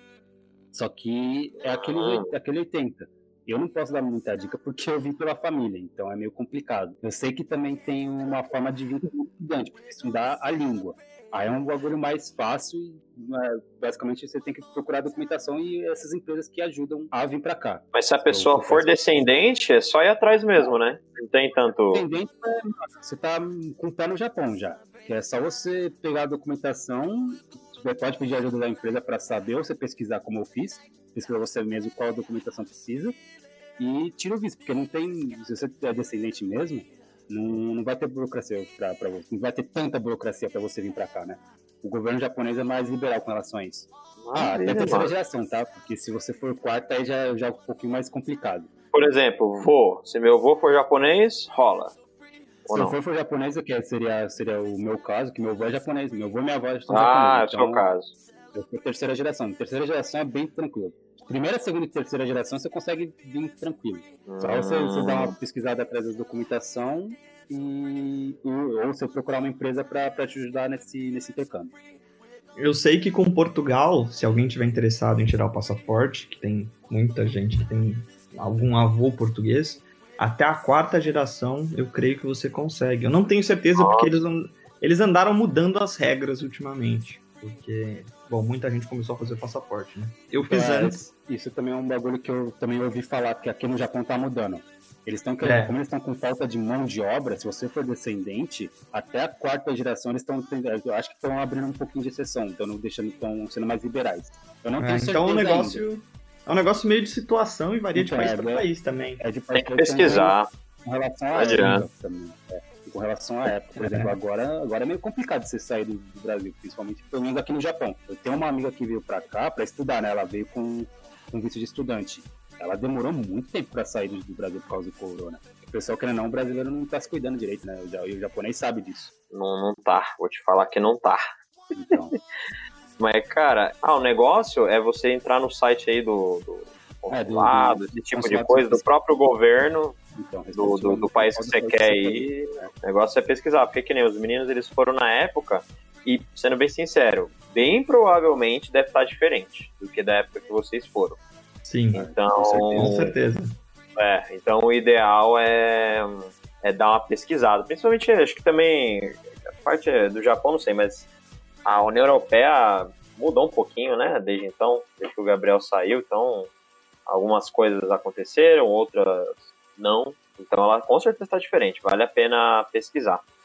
Só que é aquele 80. Eu não posso dar muita dica porque eu vim pela família, então é meio complicado. Eu sei que também tem uma forma de vir como estudante, porque estudar a língua. Aí é um bagulho mais fácil e basicamente você tem que procurar documentação e essas empresas que ajudam a vir pra cá. Mas se a pessoa for descendente, é só ir atrás mesmo, né? Não tem tanto... Descendente você tá com o pé no Japão já. Que é só você pegar a documentação, você pode pedir ajuda da empresa para saber ou você pesquisar como eu fiz, pesquisar você mesmo qual a documentação precisa e tira o visto, porque não tem, se você é descendente mesmo, não vai ter burocracia para você, não vai ter tanta burocracia para você vir para cá, né? O governo japonês é mais liberal com relação a isso. Até a terceira geração, tá? Porque se você for quarta, aí já é um pouquinho mais complicado. Por exemplo, se meu avô for japonês, rola. Se eu for japonês, seria o meu caso, que meu avô é japonês, meu avô e minha avó são japoneses. É o seu caso. Eu sou terceira geração. Terceira geração é bem tranquilo. Primeira, segunda e terceira geração você consegue vir tranquilo. Só você dar uma pesquisada atrás da documentação ou você procurar uma empresa para te ajudar nesse intercâmbio. Eu sei que com Portugal, se alguém tiver interessado em tirar o passaporte, que tem muita gente que tem algum avô português, até a 4ª geração eu creio que você consegue. Eu não tenho certeza porque eles andaram mudando as regras ultimamente. Porque, muita gente começou a fazer passaporte, né? Eu fiz antes. Isso também é um bagulho que eu também ouvi falar, que aqui no Japão tá mudando. Eles estão querendo, como eles estão com falta de mão de obra, se você for descendente, até a 4ª geração eles estão, eu acho que estão abrindo um pouquinho de exceção, estão sendo mais liberais. Eu não tenho certeza então é um negócio meio de situação e varia de país para país também. Tem que pesquisar. Com relação à língua também. com relação à época. Por exemplo, agora é meio complicado você sair do Brasil, principalmente pelo menos aqui no Japão. Eu tenho uma amiga que veio pra cá pra estudar, né? Ela veio com visto de estudante. Ela demorou muito tempo pra sair do Brasil por causa do corona. O pessoal, querendo ou não, o brasileiro não tá se cuidando direito, né? O japonês sabe disso. Não tá, vou te falar que não tá. Então, Mas, cara, o negócio é você entrar no site aí do consulado, esse tipo de coisa, do próprio governo, então, do país que você quer ir. O negócio é pesquisar, porque que nem os meninos, eles foram na época, e, sendo bem sincero, bem provavelmente deve estar diferente do que da época que vocês foram. Sim, então, com certeza. Então o ideal é dar uma pesquisada. Principalmente, acho que também, a parte do Japão, não sei, mas a União Europeia mudou um pouquinho, né, desde então, desde que o Gabriel saiu, então algumas coisas aconteceram, outras não, então ela com certeza está diferente, vale a pena pesquisar.